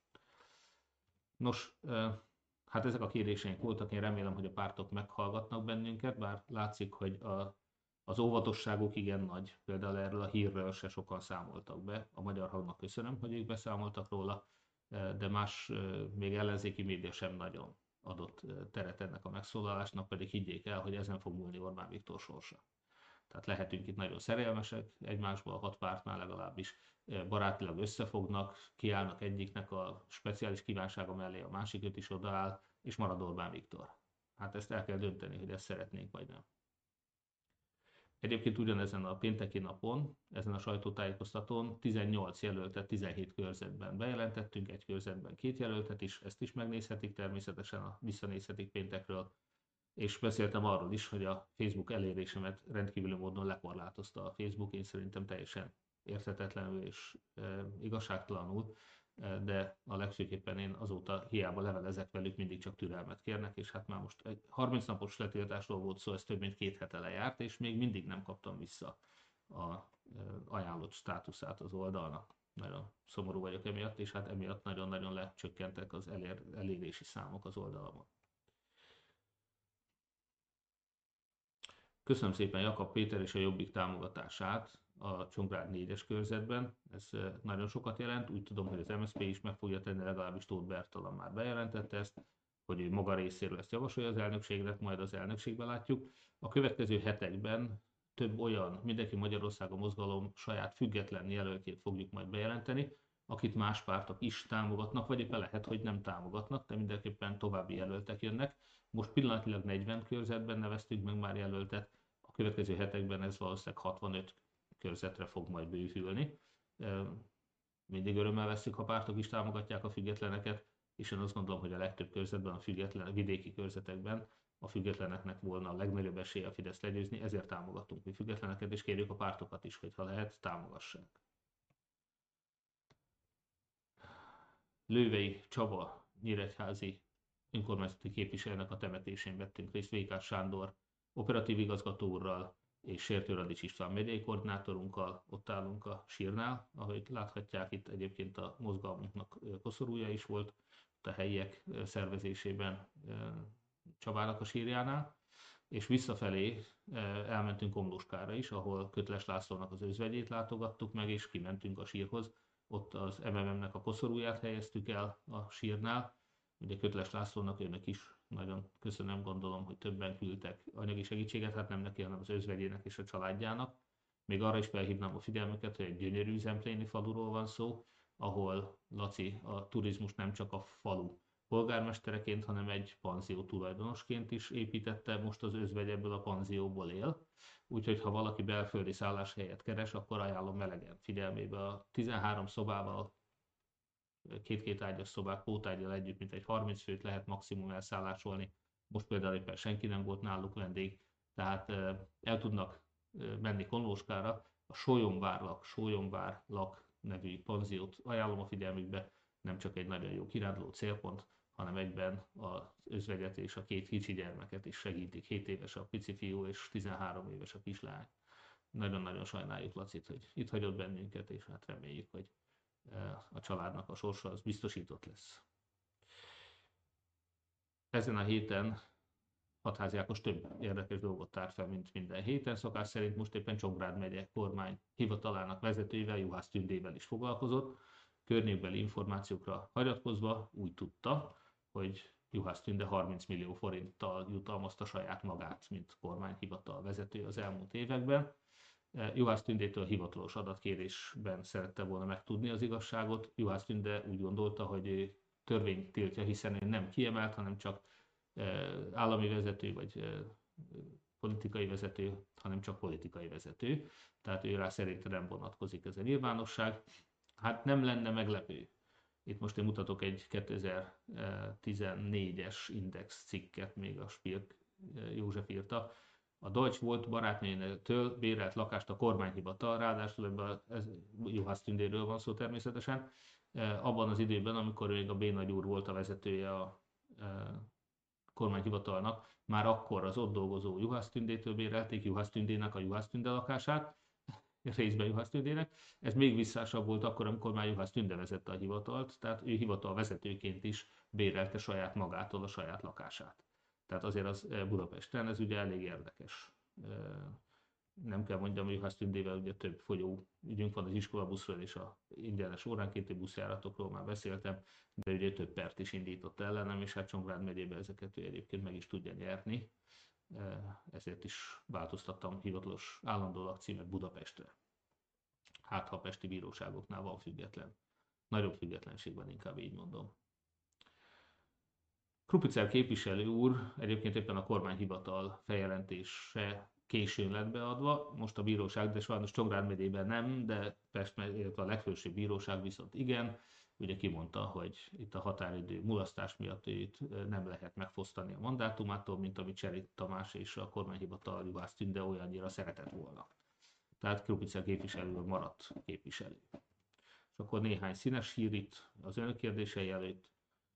Nos, hát ezek a kérdéseink voltak, én remélem, hogy a pártok meghallgatnak bennünket, bár látszik, hogy a Az óvatosságuk igen nagy, például erről a hírről se sokan számoltak be. A Magyar Hangnak köszönöm, hogy ők beszámoltak róla, de más, még ellenzéki média sem nagyon adott teret ennek a megszólalásnak, pedig higgyék el, hogy ezen fog múlni Orbán Viktor sorsa. Tehát lehetünk itt nagyon szerelmesek egymásból, a hat pártnál legalábbis barátilag összefognak, kiállnak egyiknek a speciális kívánsága mellé, a másiköt is odaáll, és marad Orbán Viktor. Hát ezt el kell dönteni, hogy ezt szeretnénk vagy nem. Egyébként ugyanezen a pénteki napon, ezen a sajtótájékoztatón tizennyolc jelöltet tizenhét körzetben bejelentettünk, egy körzetben két jelöltet is, ezt is megnézhetik természetesen, visszanézhetik péntekről, és beszéltem arról is, hogy a Facebook elérésemet rendkívüli módon lekorlátozta a Facebook, én szerintem teljesen érthetetlenül és e, igazságtalanul, e, de a legfőképpen én azóta hiába levelezek velük, mindig csak türelmet kérnek, és hát már most egy harminc napos letiltásról volt szó, ez több mint két hete lejárt, és még mindig nem kaptam vissza a e, ajánlott státuszát az oldalnak. Nagyon szomorú vagyok emiatt, és hát emiatt nagyon-nagyon lecsökkentek az elér, elérési számok az oldalamon. Köszönöm szépen Jakab Péter és a Jobbik támogatását a Csongrád négyes körzetben. Ez nagyon sokat jelent. Úgy tudom, hogy az em es zé pé is meg fogja tenni, legalábbis Tóth Bertalan már bejelentette ezt, hogy ő maga részéről ezt javasolja az elnökségnek, majd az elnökségben látjuk. A következő hetekben több olyan Mindenki Magyarországon mozgalom saját független jelöltjét fogjuk majd bejelenteni, akit más pártok is támogatnak, vagy éppen lehet, hogy nem támogatnak, de mindenképpen további jelöltek jönnek. Most pillanatilag negyven körzetben neveztük meg már jelöltet, a következő hetekben ez valószínűleg hatvanöt körzetre fog majd bővülni. Mindig örömmel veszik, ha pártok is támogatják a függetleneket, és én azt gondolom, hogy a legtöbb körzetben, a független, a vidéki körzetekben a függetleneknek volna a legnagyobb esélye a Fidesz legyőzni, ezért támogatunk mi függetleneket, és kérjük a pártokat is, hogy ha lehet, támogassák. Lővei Csaba nyíregyházi önkormányzati képviselőnek a temetésén vettünk részt Vékás Sándor operatív igazgató úrral és Sértő Radics István megyei koordinátorunkkal. Ott állunk a sírnál, ahogy láthatják, itt egyébként a mozgalmunknak koszorúja is volt, a helyiek szervezésében Csabának a sírjánál, és visszafelé elmentünk Komlóskára is, ahol Köteles Lászlónak az özvegyét látogattuk meg, és kimentünk a sírhoz. Ott az em em em-nek a koszorúját helyeztük el a sírnál. Ugye Köteles Lászlónak önök is nagyon köszönöm, gondolom, hogy többen küldtek anyagi segítséget, hát nem neki, hanem az özvegyének és a családjának. Még arra is felhívnám a figyelmüket, hogy egy gyönyörű Zempléni faluról van szó, ahol Laci a turizmus nem csak a falu polgármestereként, hanem egy panzió tulajdonosként is építette, most az özvegy ebből a panzióból él. Úgyhogy ha valaki belföldi szálláshelyet keres, akkor ajánlom melegen figyelmébe a tizenhárom szobával, két-két ágyas szobák pótágyal együtt, mint egy harminc főt lehet maximum elszállásolni. Most például éppen senki nem volt náluk vendég, tehát el tudnak menni Konlóskára. A Sólyomvárlak, Sólyomvárlak nevű panziót ajánlom a figyelmükbe, nem csak egy nagyon jó kiránduló célpont, hanem egyben az özvegyet és a két kicsi gyermeket is segítik. hét éves a pici fiú és tizenhárom éves a kislány. Nagyon-nagyon sajnáljuk Lacit, hogy itt hagyott bennünket, és hát reméljük, hogy a családnak a sorsa az biztosított lesz. Ezen a héten Hatházi Ákos több érdekes dolgot tár fel, mint minden héten. Szokás szerint most éppen Csongrád megye kormány hivatalának vezetőivel, Juhász Tündével is foglalkozott. Környékbeli információkra hagyatkozva úgy tudta, hogy Juhász Tünde harminc millió forinttal jutalmazta saját magát, mint kormányhivatal vezető az elmúlt években. Juhász Tündétől hivatalos adatkérésben szerette volna megtudni az igazságot. Juhász Tünde úgy gondolta, hogy ő törvényt tiltja, hiszen ő nem kiemelt, hanem csak állami vezető vagy politikai vezető, hanem csak politikai vezető. Tehát ő rá szerintem nem vonatkozik ez a nyilvánosság. Hát nem lenne meglepő. Itt most én mutatok egy kétezer-tizennégyes Index cikket, még a Spirk József írta. A Deutsche volt barátnőjétől bérelt lakást a kormányhivatal, ráadásul ebben Juhász Tündéről van szó természetesen, abban az időben, amikor még a B. Nagy úr volt a vezetője a kormányhivatalnak, már akkor az ott dolgozó Juhász Tündétől bérelték Juhász Tündének a Juhász Tünde lakását, részben Juhász Tündének. Ez még visszásabb volt akkor, amikor már Juhász Tünde vezette a hivatalt, tehát ő hivatal vezetőként is bérelte saját magától a saját lakását. Tehát azért az Budapesten ez ugye elég érdekes nem kell mondjam, hogy Juhász Tündével ugye több folyó ügyünk van az iskolabuszról és a ingyenes óránkénti buszjáratokról már beszéltem, de ugye több pert is indított ellenem, és hát Csongrád megyében ezeket ő egyébként meg is tudja nyerni. Ezért is változtattam hivatalos állandó lakcímet Budapestre. Hát, ha a pesti bíróságoknál van független. Nagyobb függetlenség van, inkább így mondom. Krupicer képviselő úr egyébként éppen a kormányhivatal feljelentése későn lett beadva, most a bíróság, de sajnos Csongrád megyében nem, de Pest, illetve a legfősőbb bíróság viszont igen. Ugye kimondta, hogy itt a határidő mulasztás miatt őt nem lehet megfosztani a mandátumától, mint amit Cseri Tamás és a kormányhivatal Juhász Tünde olyannyira szeretett volna. Tehát Krupicer képviselő maradt képviselő. És akkor néhány színes hír itt az önök kérdései előtt.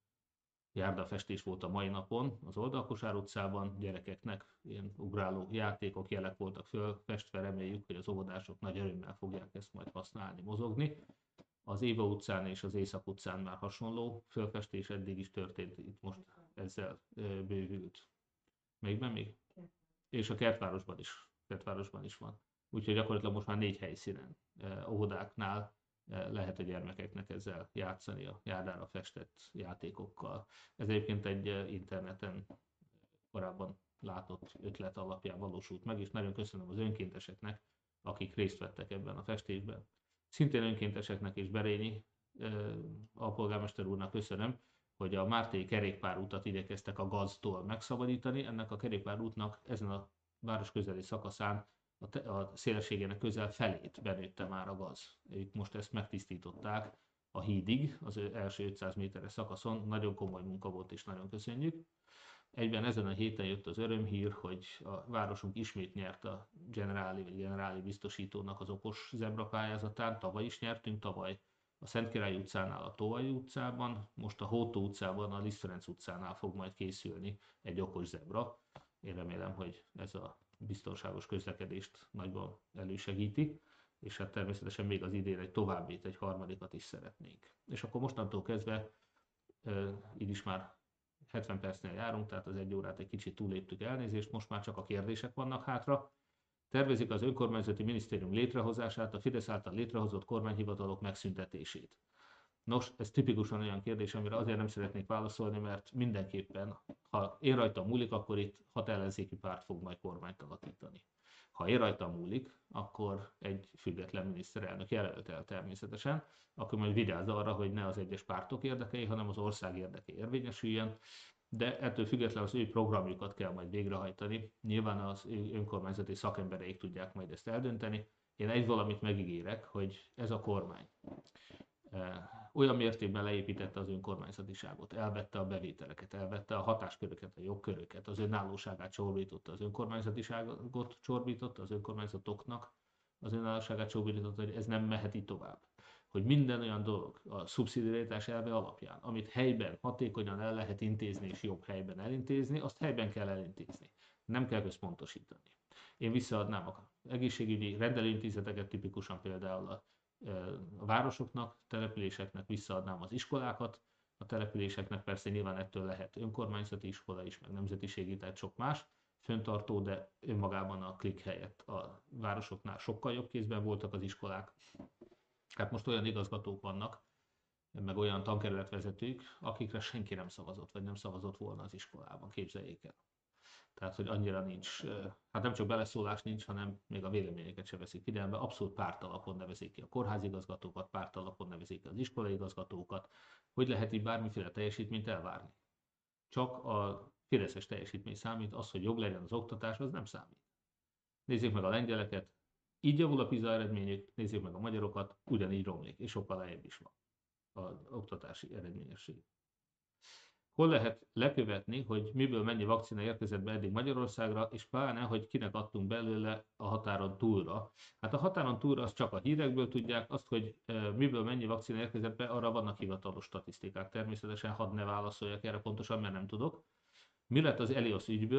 Járdafestés volt a mai napon az Oldalkosár utcában, gyerekeknek ilyen ugráló játékok, jelek voltak fölfestve, reméljük, hogy az óvodások nagy örömmel fogják ezt majd használni, mozogni. Az Éva utcán és az Észak utcán már hasonló fölfestés eddig is történt, itt most ezzel bővült. Melyikben még? És a Kertvárosban is, Kertvárosban is van. Úgyhogy gyakorlatilag most már négy helyszínen, óvodáknál lehet a gyermekeknek ezzel játszani a járdára festett játékokkal. Ez egyébként egy interneten korábban látott ötlet alapján valósult meg, és nagyon köszönöm az önkénteseknek, akik részt vettek ebben a festésben. Szintén önkénteseknek és Berényi alpolgármester úrnak köszönöm, hogy a Mártéi kerékpárútat igyekeztek a gaztól megszabadítani. Ennek a kerékpárútnak ezen a város közeli szakaszán a szélességének közel felét benőtte már a gaz. Ők most ezt megtisztították a hídig, az első ötszáz méteres szakaszon. Nagyon komoly munka volt, és nagyon köszönjük. Egyben ezen a héten jött az örömhír, hogy a városunk ismét nyert a Generáli vagy Generáli biztosítónak az okos zebra pályázatán. Tavaly is nyertünk, tavaly a Szentkirály utcánál, a Tóai utcában, most a Hótó utcában, a Liszt Ferenc utcánál fog majd készülni egy okos zebra. Én remélem, hogy ez a biztonságos közlekedést nagyban elősegíti, és hát természetesen még az idén egy továbbit, egy harmadikat is szeretnénk. És akkor mostantól kezdve, így is már hetven percnél járunk, tehát az egy órát egy kicsit túléptük, elnézést, most már csak a kérdések vannak hátra. Tervezik az önkormányzati minisztérium létrehozását, a Fidesz által létrehozott kormányhivatalok megszüntetését. Nos, ez tipikusan olyan kérdés, amire azért nem szeretnék válaszolni, mert mindenképpen, ha én rajtam múlik, akkor itt hat ellenzéki párt fog majd kormányt alakítani. Ha én rajtam múlik, akkor egy független miniszterelnök jelölt el természetesen, akkor majd vigyázz arra, hogy ne az egyes pártok érdekei, hanem az ország érdekei érvényesüljen, de ettől függetlenül az ő programjukat kell majd végrehajtani. Nyilván az ő önkormányzati szakembereik tudják majd ezt eldönteni. Én egy valamit megígérek, hogy ez a kormány olyan mértékben leépítette az önkormányzatiságot, elvette a bevételeket, elvette a hatásköröket, a jogköröket, az önállóságát csorbította, az önkormányzatiságot csorbította, az önkormányzatoknak az önállóságát csorbította, hogy ez nem mehet így tovább. Hogy minden olyan dolog a szubszidiaritás elve alapján, amit helyben hatékonyan el lehet intézni és jobb helyben elintézni, azt helyben kell elintézni. Nem kell központosítani. Én visszaadnám az egészségügyi rendelőintézeteket, tipikusan például a a városoknak, településeknek, visszaadnám az iskolákat, a településeknek persze nyilván ettől lehet önkormányzati iskola is, meg nemzetiségi, tehát sok más föntartó, de önmagában a klik helyett a városoknál sokkal jobb kézben voltak az iskolák. Hát most olyan igazgatók vannak, meg olyan tankerületvezetők, akikre senki nem szavazott, vagy nem szavazott volna az iskolában, képzeljék el. Tehát, hogy annyira nincs, hát nem csak beleszólás nincs, hanem még a véleményeket se veszik figyelembe. Abszolút pártalapon nevezik ki a kórházigazgatókat, pártalapon nevezik ki az iskolaigazgatókat. Hogy lehet így bármiféle teljesítményt elvárni? Csak a fideszes teljesítmény számít, az, hogy jobb legyen az oktatás, az nem számít. Nézzék meg a lengyeleket, így javul a PISA eredményük, nézzék meg a magyarokat, ugyanígy romlik, és sokkal lejjebb is van az oktatási eredményesség. Hol lehet lekövetni, hogy miből mennyi vakcina érkezett be eddig Magyarországra, és pláne, hogy kinek adtunk belőle a határon túlra. Hát a határon túlra azt csak a hírekből tudják, azt, hogy e, miből mennyi vakcina érkezett be, arra vannak hivatalos statisztikák. Természetesen hadd ne válaszoljak erre pontosan, mert nem tudok. Mi lett az Elios ügyből?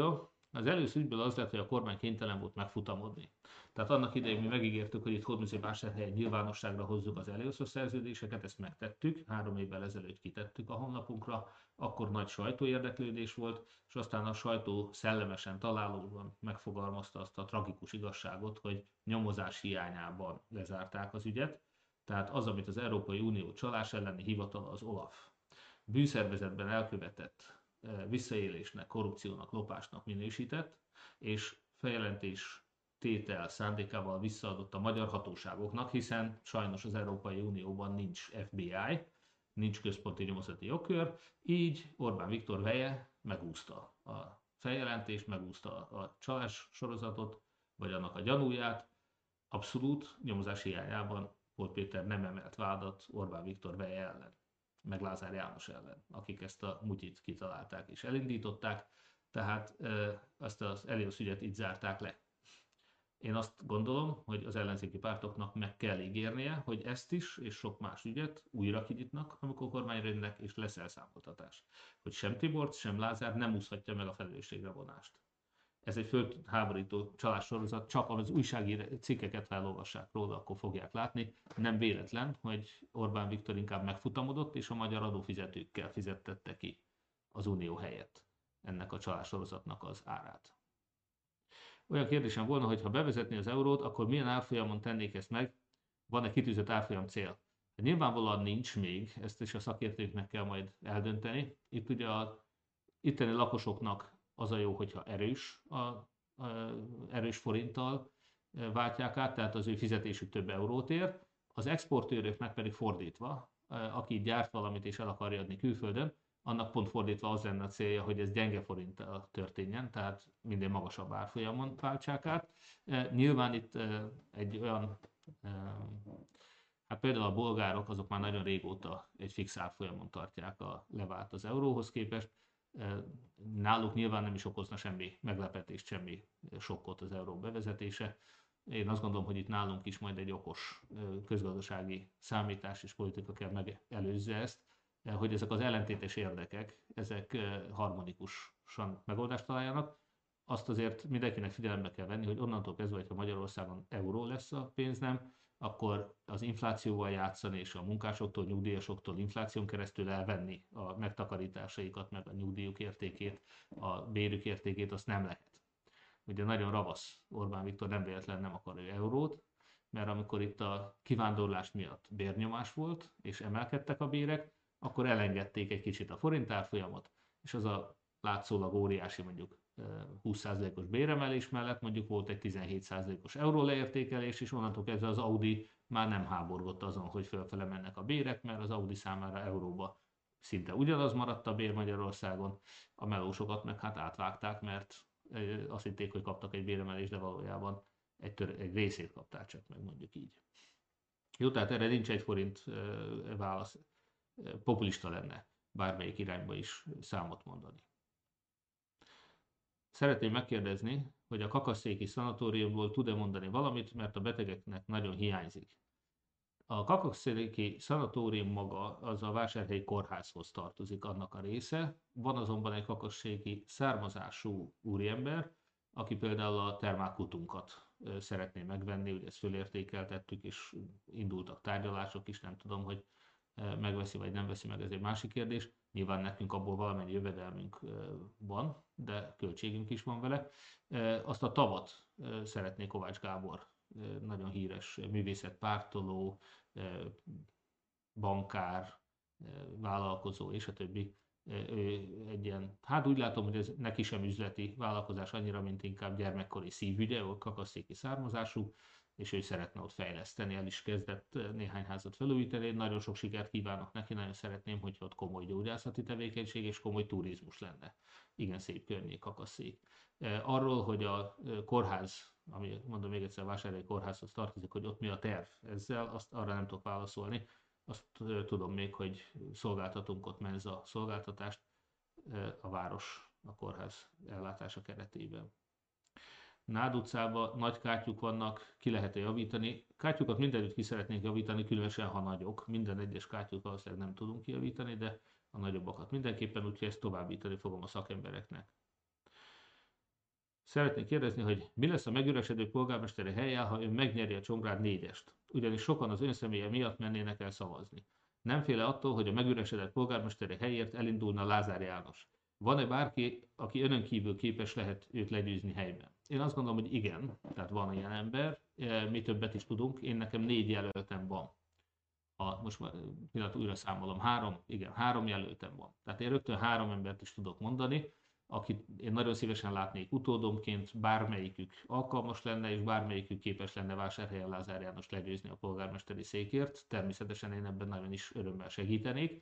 Az előző ügyből az lett, hogy a kormány kénytelen volt megfutamodni. Tehát annak idején mi megígértük, hogy itt Hódmezővásárhelyen nyilvánosságra hozzuk az először szerződéseket, ezt megtettük, három évvel ezelőtt kitettük a honlapunkra, akkor nagy sajtóérdeklődés volt, és aztán a sajtó szellemesen, találóan megfogalmazta azt a tragikus igazságot, hogy nyomozás hiányában lezárták az ügyet. Tehát az, amit az Európai Unió csalás elleni hivatala, az OLAF bűnszervezetben elkövetett visszaélésnek, korrupciónak, lopásnak minősített, és feljelentés tétel szándékával visszaadott a magyar hatóságoknak, hiszen sajnos az Európai Unióban nincs ef bé i, nincs központi nyomozati jogkör, így Orbán Viktor veje megúszta a feljelentést, megúszta a csalás sorozatot, vagy annak a gyanúját, abszolút nyomozás hiányában Polt Péter nem emelt vádat Orbán Viktor veje ellen, meg Lázár János ellen, akik ezt a mutyit kitalálták és elindították, tehát azt az Elios ügyet így zárták le. Én azt gondolom, hogy az ellenzéki pártoknak meg kell ígérnie, hogy ezt is és sok más ügyet újra kinyitnak, amikor kormányra jönnek, és lesz elszámoltatás. Hogy sem Tibort, sem Lázár nem úszhatja meg a felelősségre vonást. Ez egy földháborító csalássorozat, csak az újsági cikkeket felolvassák róla, akkor fogják látni. Nem véletlen, hogy Orbán Viktor inkább megfutamodott, és a magyar adófizetőkkel fizettette ki az unió helyett ennek a csalássorozatnak az árát. Olyan kérdésem volna, hogy ha bevezetné az eurót, akkor milyen árfolyamon tennék ezt meg? Van-e kitűzött árfolyam cél? Nyilvánvalóan nincs még, ezt is a szakértőknek kell majd eldönteni. Itt ugye a itteni lakosoknak az a jó, hogyha erős, a, a, erős forinttal váltják át, tehát az ő fizetésük több eurót ér. Az exportőröknek pedig fordítva, aki gyárt valamit és el akarja adni külföldön, annak pont fordítva az lenne a célja, hogy ez gyenge forinttal történjen, tehát minden magasabb árfolyamon váltsák át. Nyilván itt egy olyan, hát például a bolgárok, azok már nagyon régóta egy fix árfolyamon tartják a levált az euróhoz képest. Náluk nyilván nem is okozna semmi meglepetést, semmi sokkot az euró bevezetése. Én azt gondolom, hogy itt nálunk is majd egy okos közgazdasági számítás és politika kell megelőzze ezt, hogy ezek az ellentétes érdekek, ezek harmonikusan megoldást találjanak. Azt azért mindenkinek figyelembe kell venni, hogy onnantól kezdve, hogyha Magyarországon euró lesz a pénznem, akkor az inflációval játszani és a munkásoktól, nyugdíjasoktól infláción keresztül elvenni a megtakarításaikat, meg a nyugdíjuk értékét, a bérük értékét, azt nem lehet. Ugye nagyon ravasz Orbán Viktor, nem véletlen nem akar ő eurót, mert amikor itt a kivándorlás miatt bérnyomás volt, és emelkedtek a bérek, akkor elengedték egy kicsit a forint árfolyamot, és az a látszólag óriási mondjuk húsz százalékos béremelés mellett mondjuk volt egy tizenhét százalékos euró leértékelés, és onnantól kezdve az Audi már nem háborgott azon, hogy fölfele mennek a bérek, mert az Audi számára euróba szinte ugyanaz maradt a bér Magyarországon, a melósokat meg hát átvágták, mert azt hitték, hogy kaptak egy béremelést, de valójában egy, tör- egy részét kapták csak meg, mondjuk így. Jó, tehát erre nincs egy forint válasz. Populista lenne bármelyik irányba is számot mondani. Szeretném megkérdezni, hogy a Kakasszéki szanatóriumból tud-e mondani valamit, mert a betegeknek nagyon hiányzik. A Kakasszéki szanatórium maga az a Vásárhelyi Kórházhoz tartozik, annak a része. Van azonban egy kakasszéki származású úriember, aki például a termálkutunkat szeretné megvenni, ugye ezt fölértékeltettük, és indultak tárgyalások is, nem tudom, hogy megveszi vagy nem veszi meg, ez egy másik kérdés. Nyilván nekünk abból valamennyi jövedelmünk van, de költségünk is van vele. Azt a tavat szeretné Kovács Gábor, nagyon híres művészetpártoló, bankár, vállalkozó és a többi. Egy ilyen, hát úgy látom, hogy ez neki sem üzleti vállalkozás annyira, mint inkább gyermekkori szívügye, ott kakasszéki származású, és ő szeretne ott fejleszteni, el is kezdett néhány házat felújítani. Nagyon sok sikert kívánok neki, nagyon szeretném, hogy ott komoly gyógyászati tevékenység és komoly turizmus lenne. Igen szép környék Kakasszék. Arról, hogy a kórház, ami mondom még egyszer a Vásárhelyi Kórházhoz tartozik, hogy ott mi a terv ezzel, azt arra nem tudok válaszolni. Azt tudom még, hogy szolgáltatunk ott menza szolgáltatást a város, a kórház ellátása keretében. Nád utcában nagy kátyuk vannak, ki lehet-e javítani? Kátyukat mindenütt ki szeretnénk javítani, különösen ha nagyok. Minden egyes kátyút valószínűleg nem tudunk kijavítani, de a nagyobbakat mindenképpen, úgyhogy ezt továbbítani fogom a szakembereknek. Szeretnék kérdezni, hogy mi lesz a megüresedő polgármesteri helyen, ha ön megnyeri a Csongrád négyest? Ugyanis sokan az ön személye miatt mennének el szavazni. Nem féle attól, hogy a megüresedett polgármesteri helyért elindulna Lázár János. Van-e bárki, aki önön kívül képes lehet őt legyőzni helyben? Én azt gondolom, hogy igen, tehát van ilyen ember, mi többet is tudunk, én nekem négy jelöltem van. A, most már pillanat újra számolom, három, igen, három jelöltem van. Tehát én rögtön három embert is tudok mondani, akit én nagyon szívesen látnék utódomként, bármelyikük alkalmas lenne, és bármelyikük képes lenne Vásárhelyen Lázár János legyőzni a polgármesteri székért. Természetesen én ebben nagyon is örömmel segítenék.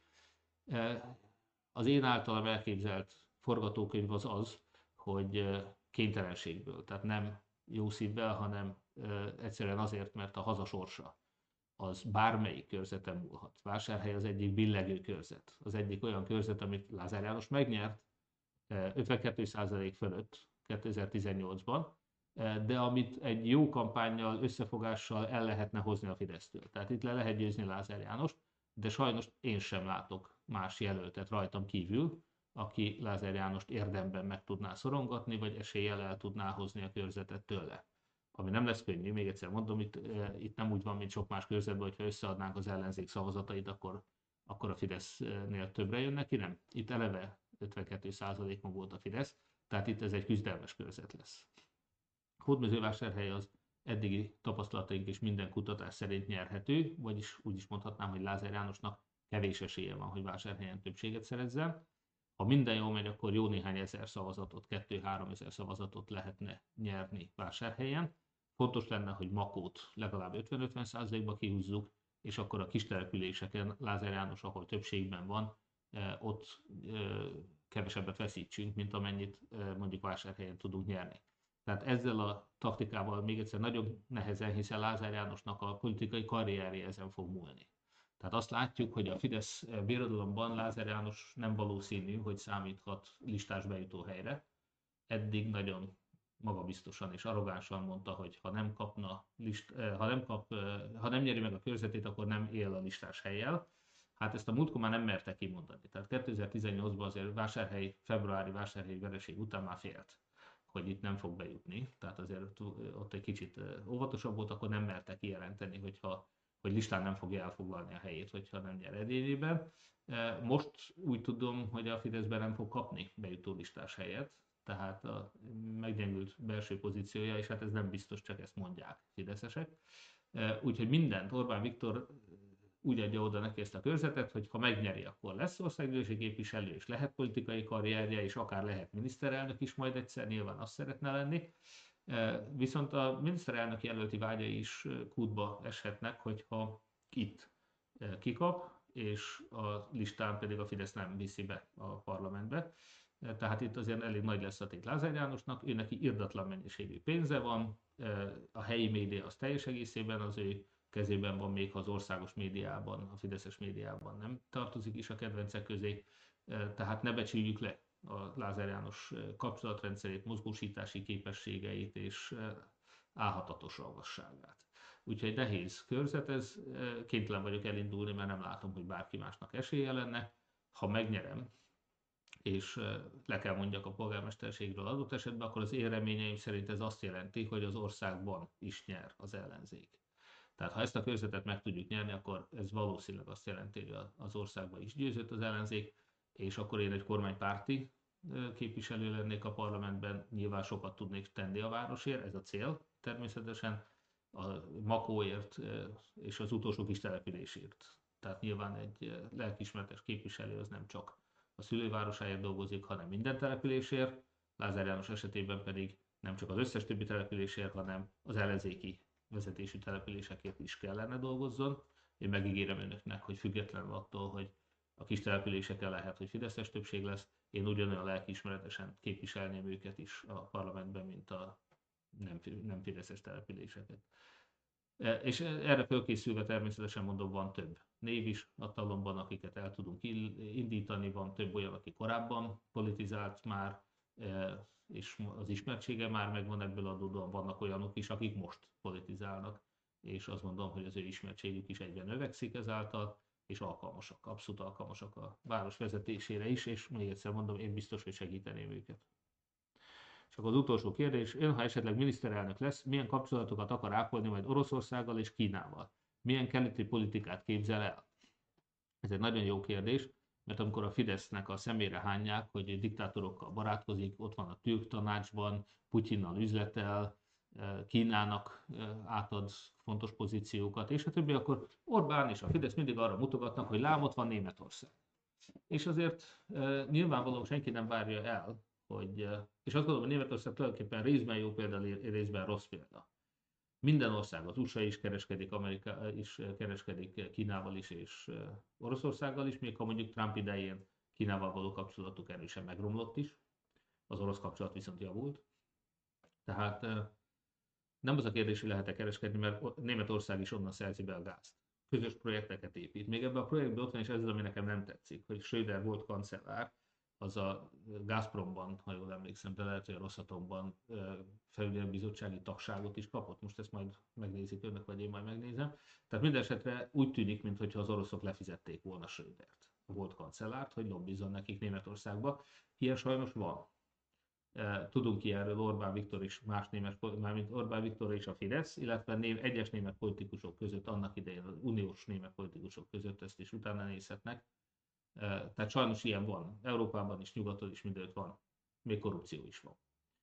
Az én általam elképzelt forgatókönyv az az, hogy kénytelenségből, tehát nem jó szívvel, hanem egyszerűen azért, mert a hazasorsa az bármelyik körzeten múlhat. Vásárhely az egyik billegő körzet. Az egyik olyan körzet, amit Lázár János megnyert ötvenkét százalék fölött kétezer-tizennyolcban, de amit egy jó kampánnyal, összefogással el lehetne hozni a Fidesztől. Tehát itt le lehet győzni Lázár Jánost, de sajnos én sem látok más jelöltet rajtam kívül, aki Lázár Jánost érdemben meg tudná szorongatni, vagy eséllyel el tudná hozni a körzetet tőle. Ami nem lesz könnyű, még egyszer mondom, itt, itt nem úgy van, mint sok más körzetben, hogyha összeadnánk az ellenzék szavazatait, akkor, akkor a Fidesznél többre jön neki, nem. Itt eleve ötvenkét százalékon volt a Fidesz, tehát itt ez egy küzdelmes körzet lesz. Hódmezővásárhely az eddigi tapasztalataink és minden kutatás szerint nyerhető, vagyis úgy is mondhatnám, hogy Lázár Jánosnak kevés esélye van, hogy Vásárhelyen többséget szerezzen. Ha minden jól megy, akkor jó néhány ezer szavazatot, kettő-három ezer szavazatot lehetne nyerni Vásárhelyen. Fontos lenne, hogy Makót legalább ötven-ötven százalékba kihúzzuk, és akkor a kis településeken Lázár János, ahol többségben van, ott kevesebbet veszítsünk, mint amennyit mondjuk Vásárhelyen tudunk nyerni. Tehát ezzel a taktikával még egyszer nagyon nehezen, hiszen Lázár Jánosnak a politikai karrierje ezen fog múlni. Tehát azt látjuk, hogy a Fidesz birodalomban Lázár János nem valószínű, hogy számíthat listás bejutó helyre. Eddig nagyon magabiztosan és arrogánsan mondta, hogy ha nem kapna list, ha nem kap, ha nem nyeri meg a körzetét, akkor nem él a listás helyjel. Hát ezt a múltkor már nem merte kimondani. Tehát kétezer-tizennyolcban azért vásárhely, februári vásárhelyi vereség után már félt, hogy itt nem fog bejutni. Tehát azért ott egy kicsit óvatosabb volt, akkor nem merte kijelenteni, hogyha, hogy listán nem fogja elfoglalni a helyét, hogyha nem nyer edényében. Most úgy tudom, hogy a Fideszben nem fog kapni bejutó listás helyet, tehát a meggyengült belső pozíciója, és hát ez nem biztos, csak ezt mondják fideszesek. Úgyhogy mindent Orbán Viktor úgy adja oda neki ezt a körzetet, hogy ha megnyeri, akkor lesz országgyűlési képviselő, és lehet politikai karrierje, és akár lehet miniszterelnök is majd egyszer, nyilván azt szeretne lenni. Viszont a miniszterelnök jelölti vágyai is kútba eshetnek, hogyha itt kikap, és a listán pedig a Fidesz nem viszi be a parlamentbe. Tehát itt azért elég nagy lesz a tét Lázár Jánosnak, ő neki irdatlan mennyiségű pénze van, a helyi média az teljes egészében az ő kezében van, még ha az országos médiában, a fideszes médiában nem tartozik is a kedvencek közé, tehát ne becsüljük le a Lázár János kapcsolatrendszerét, mozgósítási képességeit és álhatatos ravasságát. Úgyhogy nehéz körzet ez, kénytelen vagyok elindulni, mert nem látom, hogy bárki másnak esélye lenne. Ha megnyerem, és le kell mondjak a polgármesterségről adott esetben, akkor az én reményeim szerint ez azt jelenti, hogy az országban is nyer az ellenzék. Tehát ha ezt a körzetet meg tudjuk nyerni, akkor ez valószínűleg azt jelenti, hogy az országban is győzött az ellenzék, és akkor én egy kormánypárti képviselő lennék a parlamentben, nyilván sokat tudnék tenni a városért, ez a cél természetesen, a Makóért és az utolsó kis településért. Tehát nyilván egy lelkiismeretes képviselő az nem csak a szülővárosáért dolgozik, hanem minden településért, Lázár János esetében pedig nem csak az összes többi településért, hanem az ellenzéki vezetésű településekért is kellene dolgozzon. Én megígérem önöknek, hogy függetlenül attól, hogy a kis településeken lehet, hogy fideszes többség lesz, én ugyanolyan lelkiismeretesen képviselném őket is a parlamentben, mint a nem, nem fideszes településeket. És erre fölkészülve természetesen mondom, van több név is a talomban, akiket el tudunk indítani, van több olyan, aki korábban politizált már, és az ismertsége már megvan, ebből adódóan vannak olyanok is, akik most politizálnak, és azt mondom, hogy az ő ismertségük is egyben növekszik ezáltal, és alkalmasak, abszolút alkalmasak a város vezetésére is, és még egyszer mondom, én biztos, hogy segíteném őket. És akkor az utolsó kérdés, ön ha esetleg miniszterelnök lesz, milyen kapcsolatokat akar ápolni majd Oroszországgal és Kínával? Milyen keleti politikát képzel el? Ez egy nagyon jó kérdés, mert amikor a Fidesznek a szemére hányják, hogy diktátorokkal barátkozik, ott van a türk tanácsban, Putyinnal üzletel, Kínának átad fontos pozíciókat, és a többi, akkor Orbán és a Fidesz mindig arra mutogatnak, hogy lám, ott van Németország. És azért nyilvánvalóan senki nem várja el, hogy, és azt gondolom, hogy Németország tulajdonképpen részben jó példa, részben rossz példa. Minden ország, az u es á is kereskedik, Amerika is kereskedik Kínával is, és Oroszországgal is, még ha mondjuk Trump idején Kínával való kapcsolatuk erősen megromlott is, az orosz kapcsolat viszont javult. Tehát nem az a kérdés, hogy lehet-e kereskedni, mert Németország is onnan szerzi be a gázt. Közös projekteket épít. Még ebben a projektben ott van is ez, ami nekem nem tetszik, hogy Schröder volt kancellár, az a Gazpromban, ha jól emlékszem, de lehet, hogy a Rosatomban felügyelőbizottsági tagságot is kapott. Most ezt majd megnézik önök, vagy én majd megnézem. Tehát minden esetre úgy tűnik, mintha az oroszok lefizették volna Schrödert, a volt kancellárt, hogy lobbizzon nekik Németországba. Ilyen sajnos van. Tudunk ilyenről Orbán Viktor és más német, mármint Orbán Viktor és a Fidesz, illetve név, egyes német politikusok között, annak idején az uniós német politikusok között, ezt is utána nézhetnek. Tehát sajnos ilyen van. Európában is, nyugaton is mindenütt van. Még korrupció is van.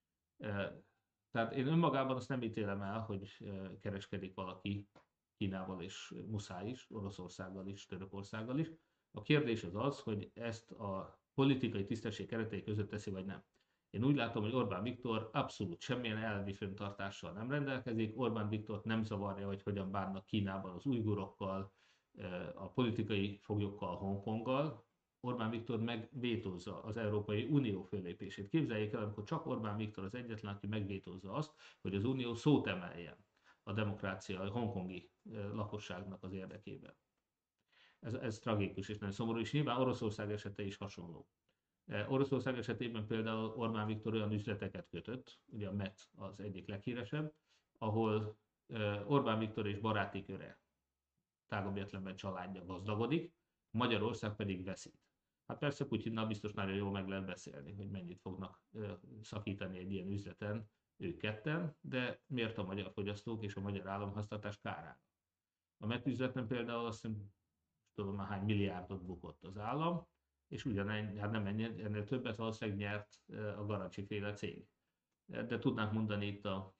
Tehát én önmagában azt nem ítélem el, hogy kereskedik valaki Kínával, és muszáj is, Oroszországgal is, Törökországgal is. A kérdés az az, hogy ezt a politikai tisztesség keretei között teszi, vagy nem. Én úgy látom, hogy Orbán Viktor abszolút semmilyen elvi fenntartással nem rendelkezik. Orbán Viktort nem zavarja, hogy hogyan bánnak Kínában az ujgurokkal, a politikai foglyokkal, Hongkonggal. Orbán Viktor megvétózza az Európai Unió fellépését. Képzeljék el, amikor csak Orbán Viktor az egyetlen, aki megvétózza azt, hogy az Unió szót emeljen a demokrácia, a hongkongi lakosságnak az érdekében. Ez, ez tragikus és nagyon szomorú, és nyilván Oroszország esete is hasonló. Oroszország esetében például Orbán Viktor olyan üzleteket kötött, ugye a MET az egyik leghíresebb, ahol Orbán Viktor és baráti köre, tágabb értelemben családja gazdagodik, Magyarország pedig veszít. Hát persze Putyinnal biztos nagyon jól meg lehet beszélni, hogy mennyit fognak szakítani egy ilyen üzleten ők ketten, de miért a magyar fogyasztók és a magyar államháztartás kárára? A MET üzletben például azt hiszem, tudom már hány milliárdot bukott az állam, és ugyanennyi, hát nem ennyi, ennél többet valószínűleg nyert a Garancsi féle cég. De tudnánk mondani itt a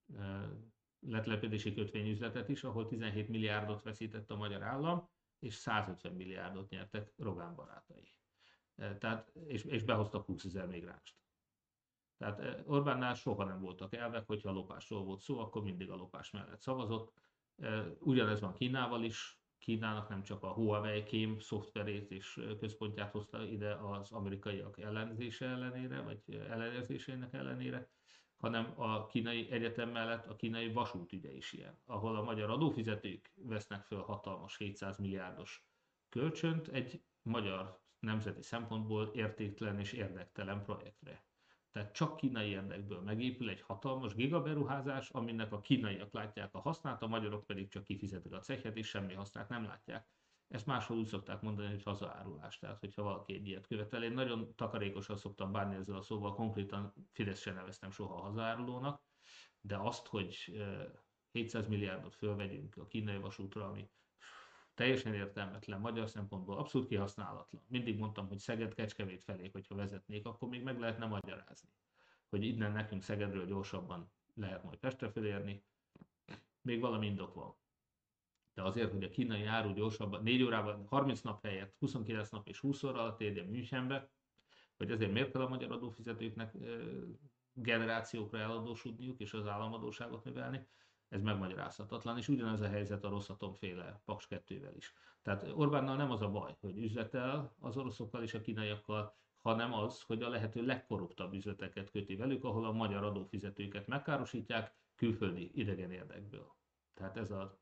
letelepedési kötvényüzletet is, ahol tizenhét milliárdot veszített a magyar állam, és százötven milliárdot nyertek Rogán barátai. Tehát, és, és behoztak húszezer migránst. Tehát Orbánnál soha nem voltak elvek, hogyha a lopásról volt szó, akkor mindig a lopás mellett szavazott. Ugyanez van Kínával is. Kínának nem csak a Huawei kém szoftverét és központját hozta ide az amerikaiak ellenzése ellenére, vagy ellenőrzésének ellenére, hanem a kínai egyetem mellett a kínai vasútügye is ilyen, ahol a magyar adófizetők vesznek föl hatalmas hétszáz milliárdos kölcsönt egy magyar nemzeti szempontból értéktelen és érdektelen projektre. Tehát csak kínai érdekből megépül egy hatalmas gigaberuházás, aminek a kínaiak látják a hasznát, a magyarok pedig csak kifizetik a cechet, és semmi hasznát nem látják. Ezt máshol úgy szokták mondani, hogy hazaárulás. Tehát, hogyha valaki egy ilyet követel, én nagyon takarékosan szoktam bánni ezzel a szóval, konkrétan Fidesz sem neveztem soha hazaárulónak, de azt, hogy hétszáz milliárdot fölvegyünk a kínai vasútra, ami teljesen értelmetlen, magyar szempontból abszolút kihasználatlan. Mindig mondtam, hogy Szeged-Kecskemét felé, hogyha vezetnék, akkor még meg lehetne magyarázni, hogy innen nekünk Szegedről gyorsabban lehet majd Pestre felérni, még valami indok van. De azért, hogy a kínai áru gyorsabban, négy órában, harminc nap helyett, huszonkilenc nap és húsz óra alatt érjen Münchenbe, hogy ezért miért kell a magyar adófizetőknek generációkra eladósodniuk és az államadóságot növelni, ez megmagyarázhatatlan, és ugyanez a helyzet a Rosatom féle Paks kettővel is. Tehát Orbánnal nem az a baj, hogy üzletel az oroszokkal és a kínaiakkal, hanem az, hogy a lehető legkorruptabb üzleteket köti velük, ahol a magyar adófizetőket megkárosítják külföldi idegen érdekből. Tehát ez a,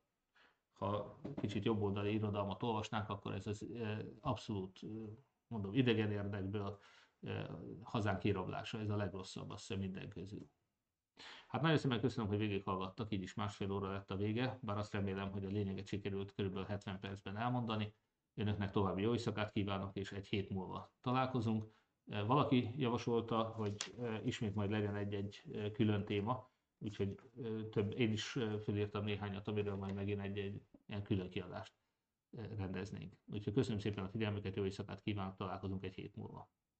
ha kicsit jobboldali irodalmat olvasnánk, akkor ez az abszolút, mondom, idegen érdekből hazánk kirablása, ez a legrosszabb, azt hiszem minden közül. Hát nagyon szépen köszönöm, hogy végighallgattak, így is másfél óra lett a vége, bár azt remélem, hogy a lényeget sikerült kb. hetven percben elmondani. Önöknek további jó éjszakát kívánok, és egy hét múlva találkozunk. Valaki javasolta, hogy ismét majd legyen egy-egy külön téma, úgyhogy több, én is felírtam néhányat, amiről majd megint egy-egy ilyen külön kiadást rendeznénk. Úgyhogy köszönöm szépen a figyelmüket, jó éjszakát kívánok, találkozunk egy hét múlva.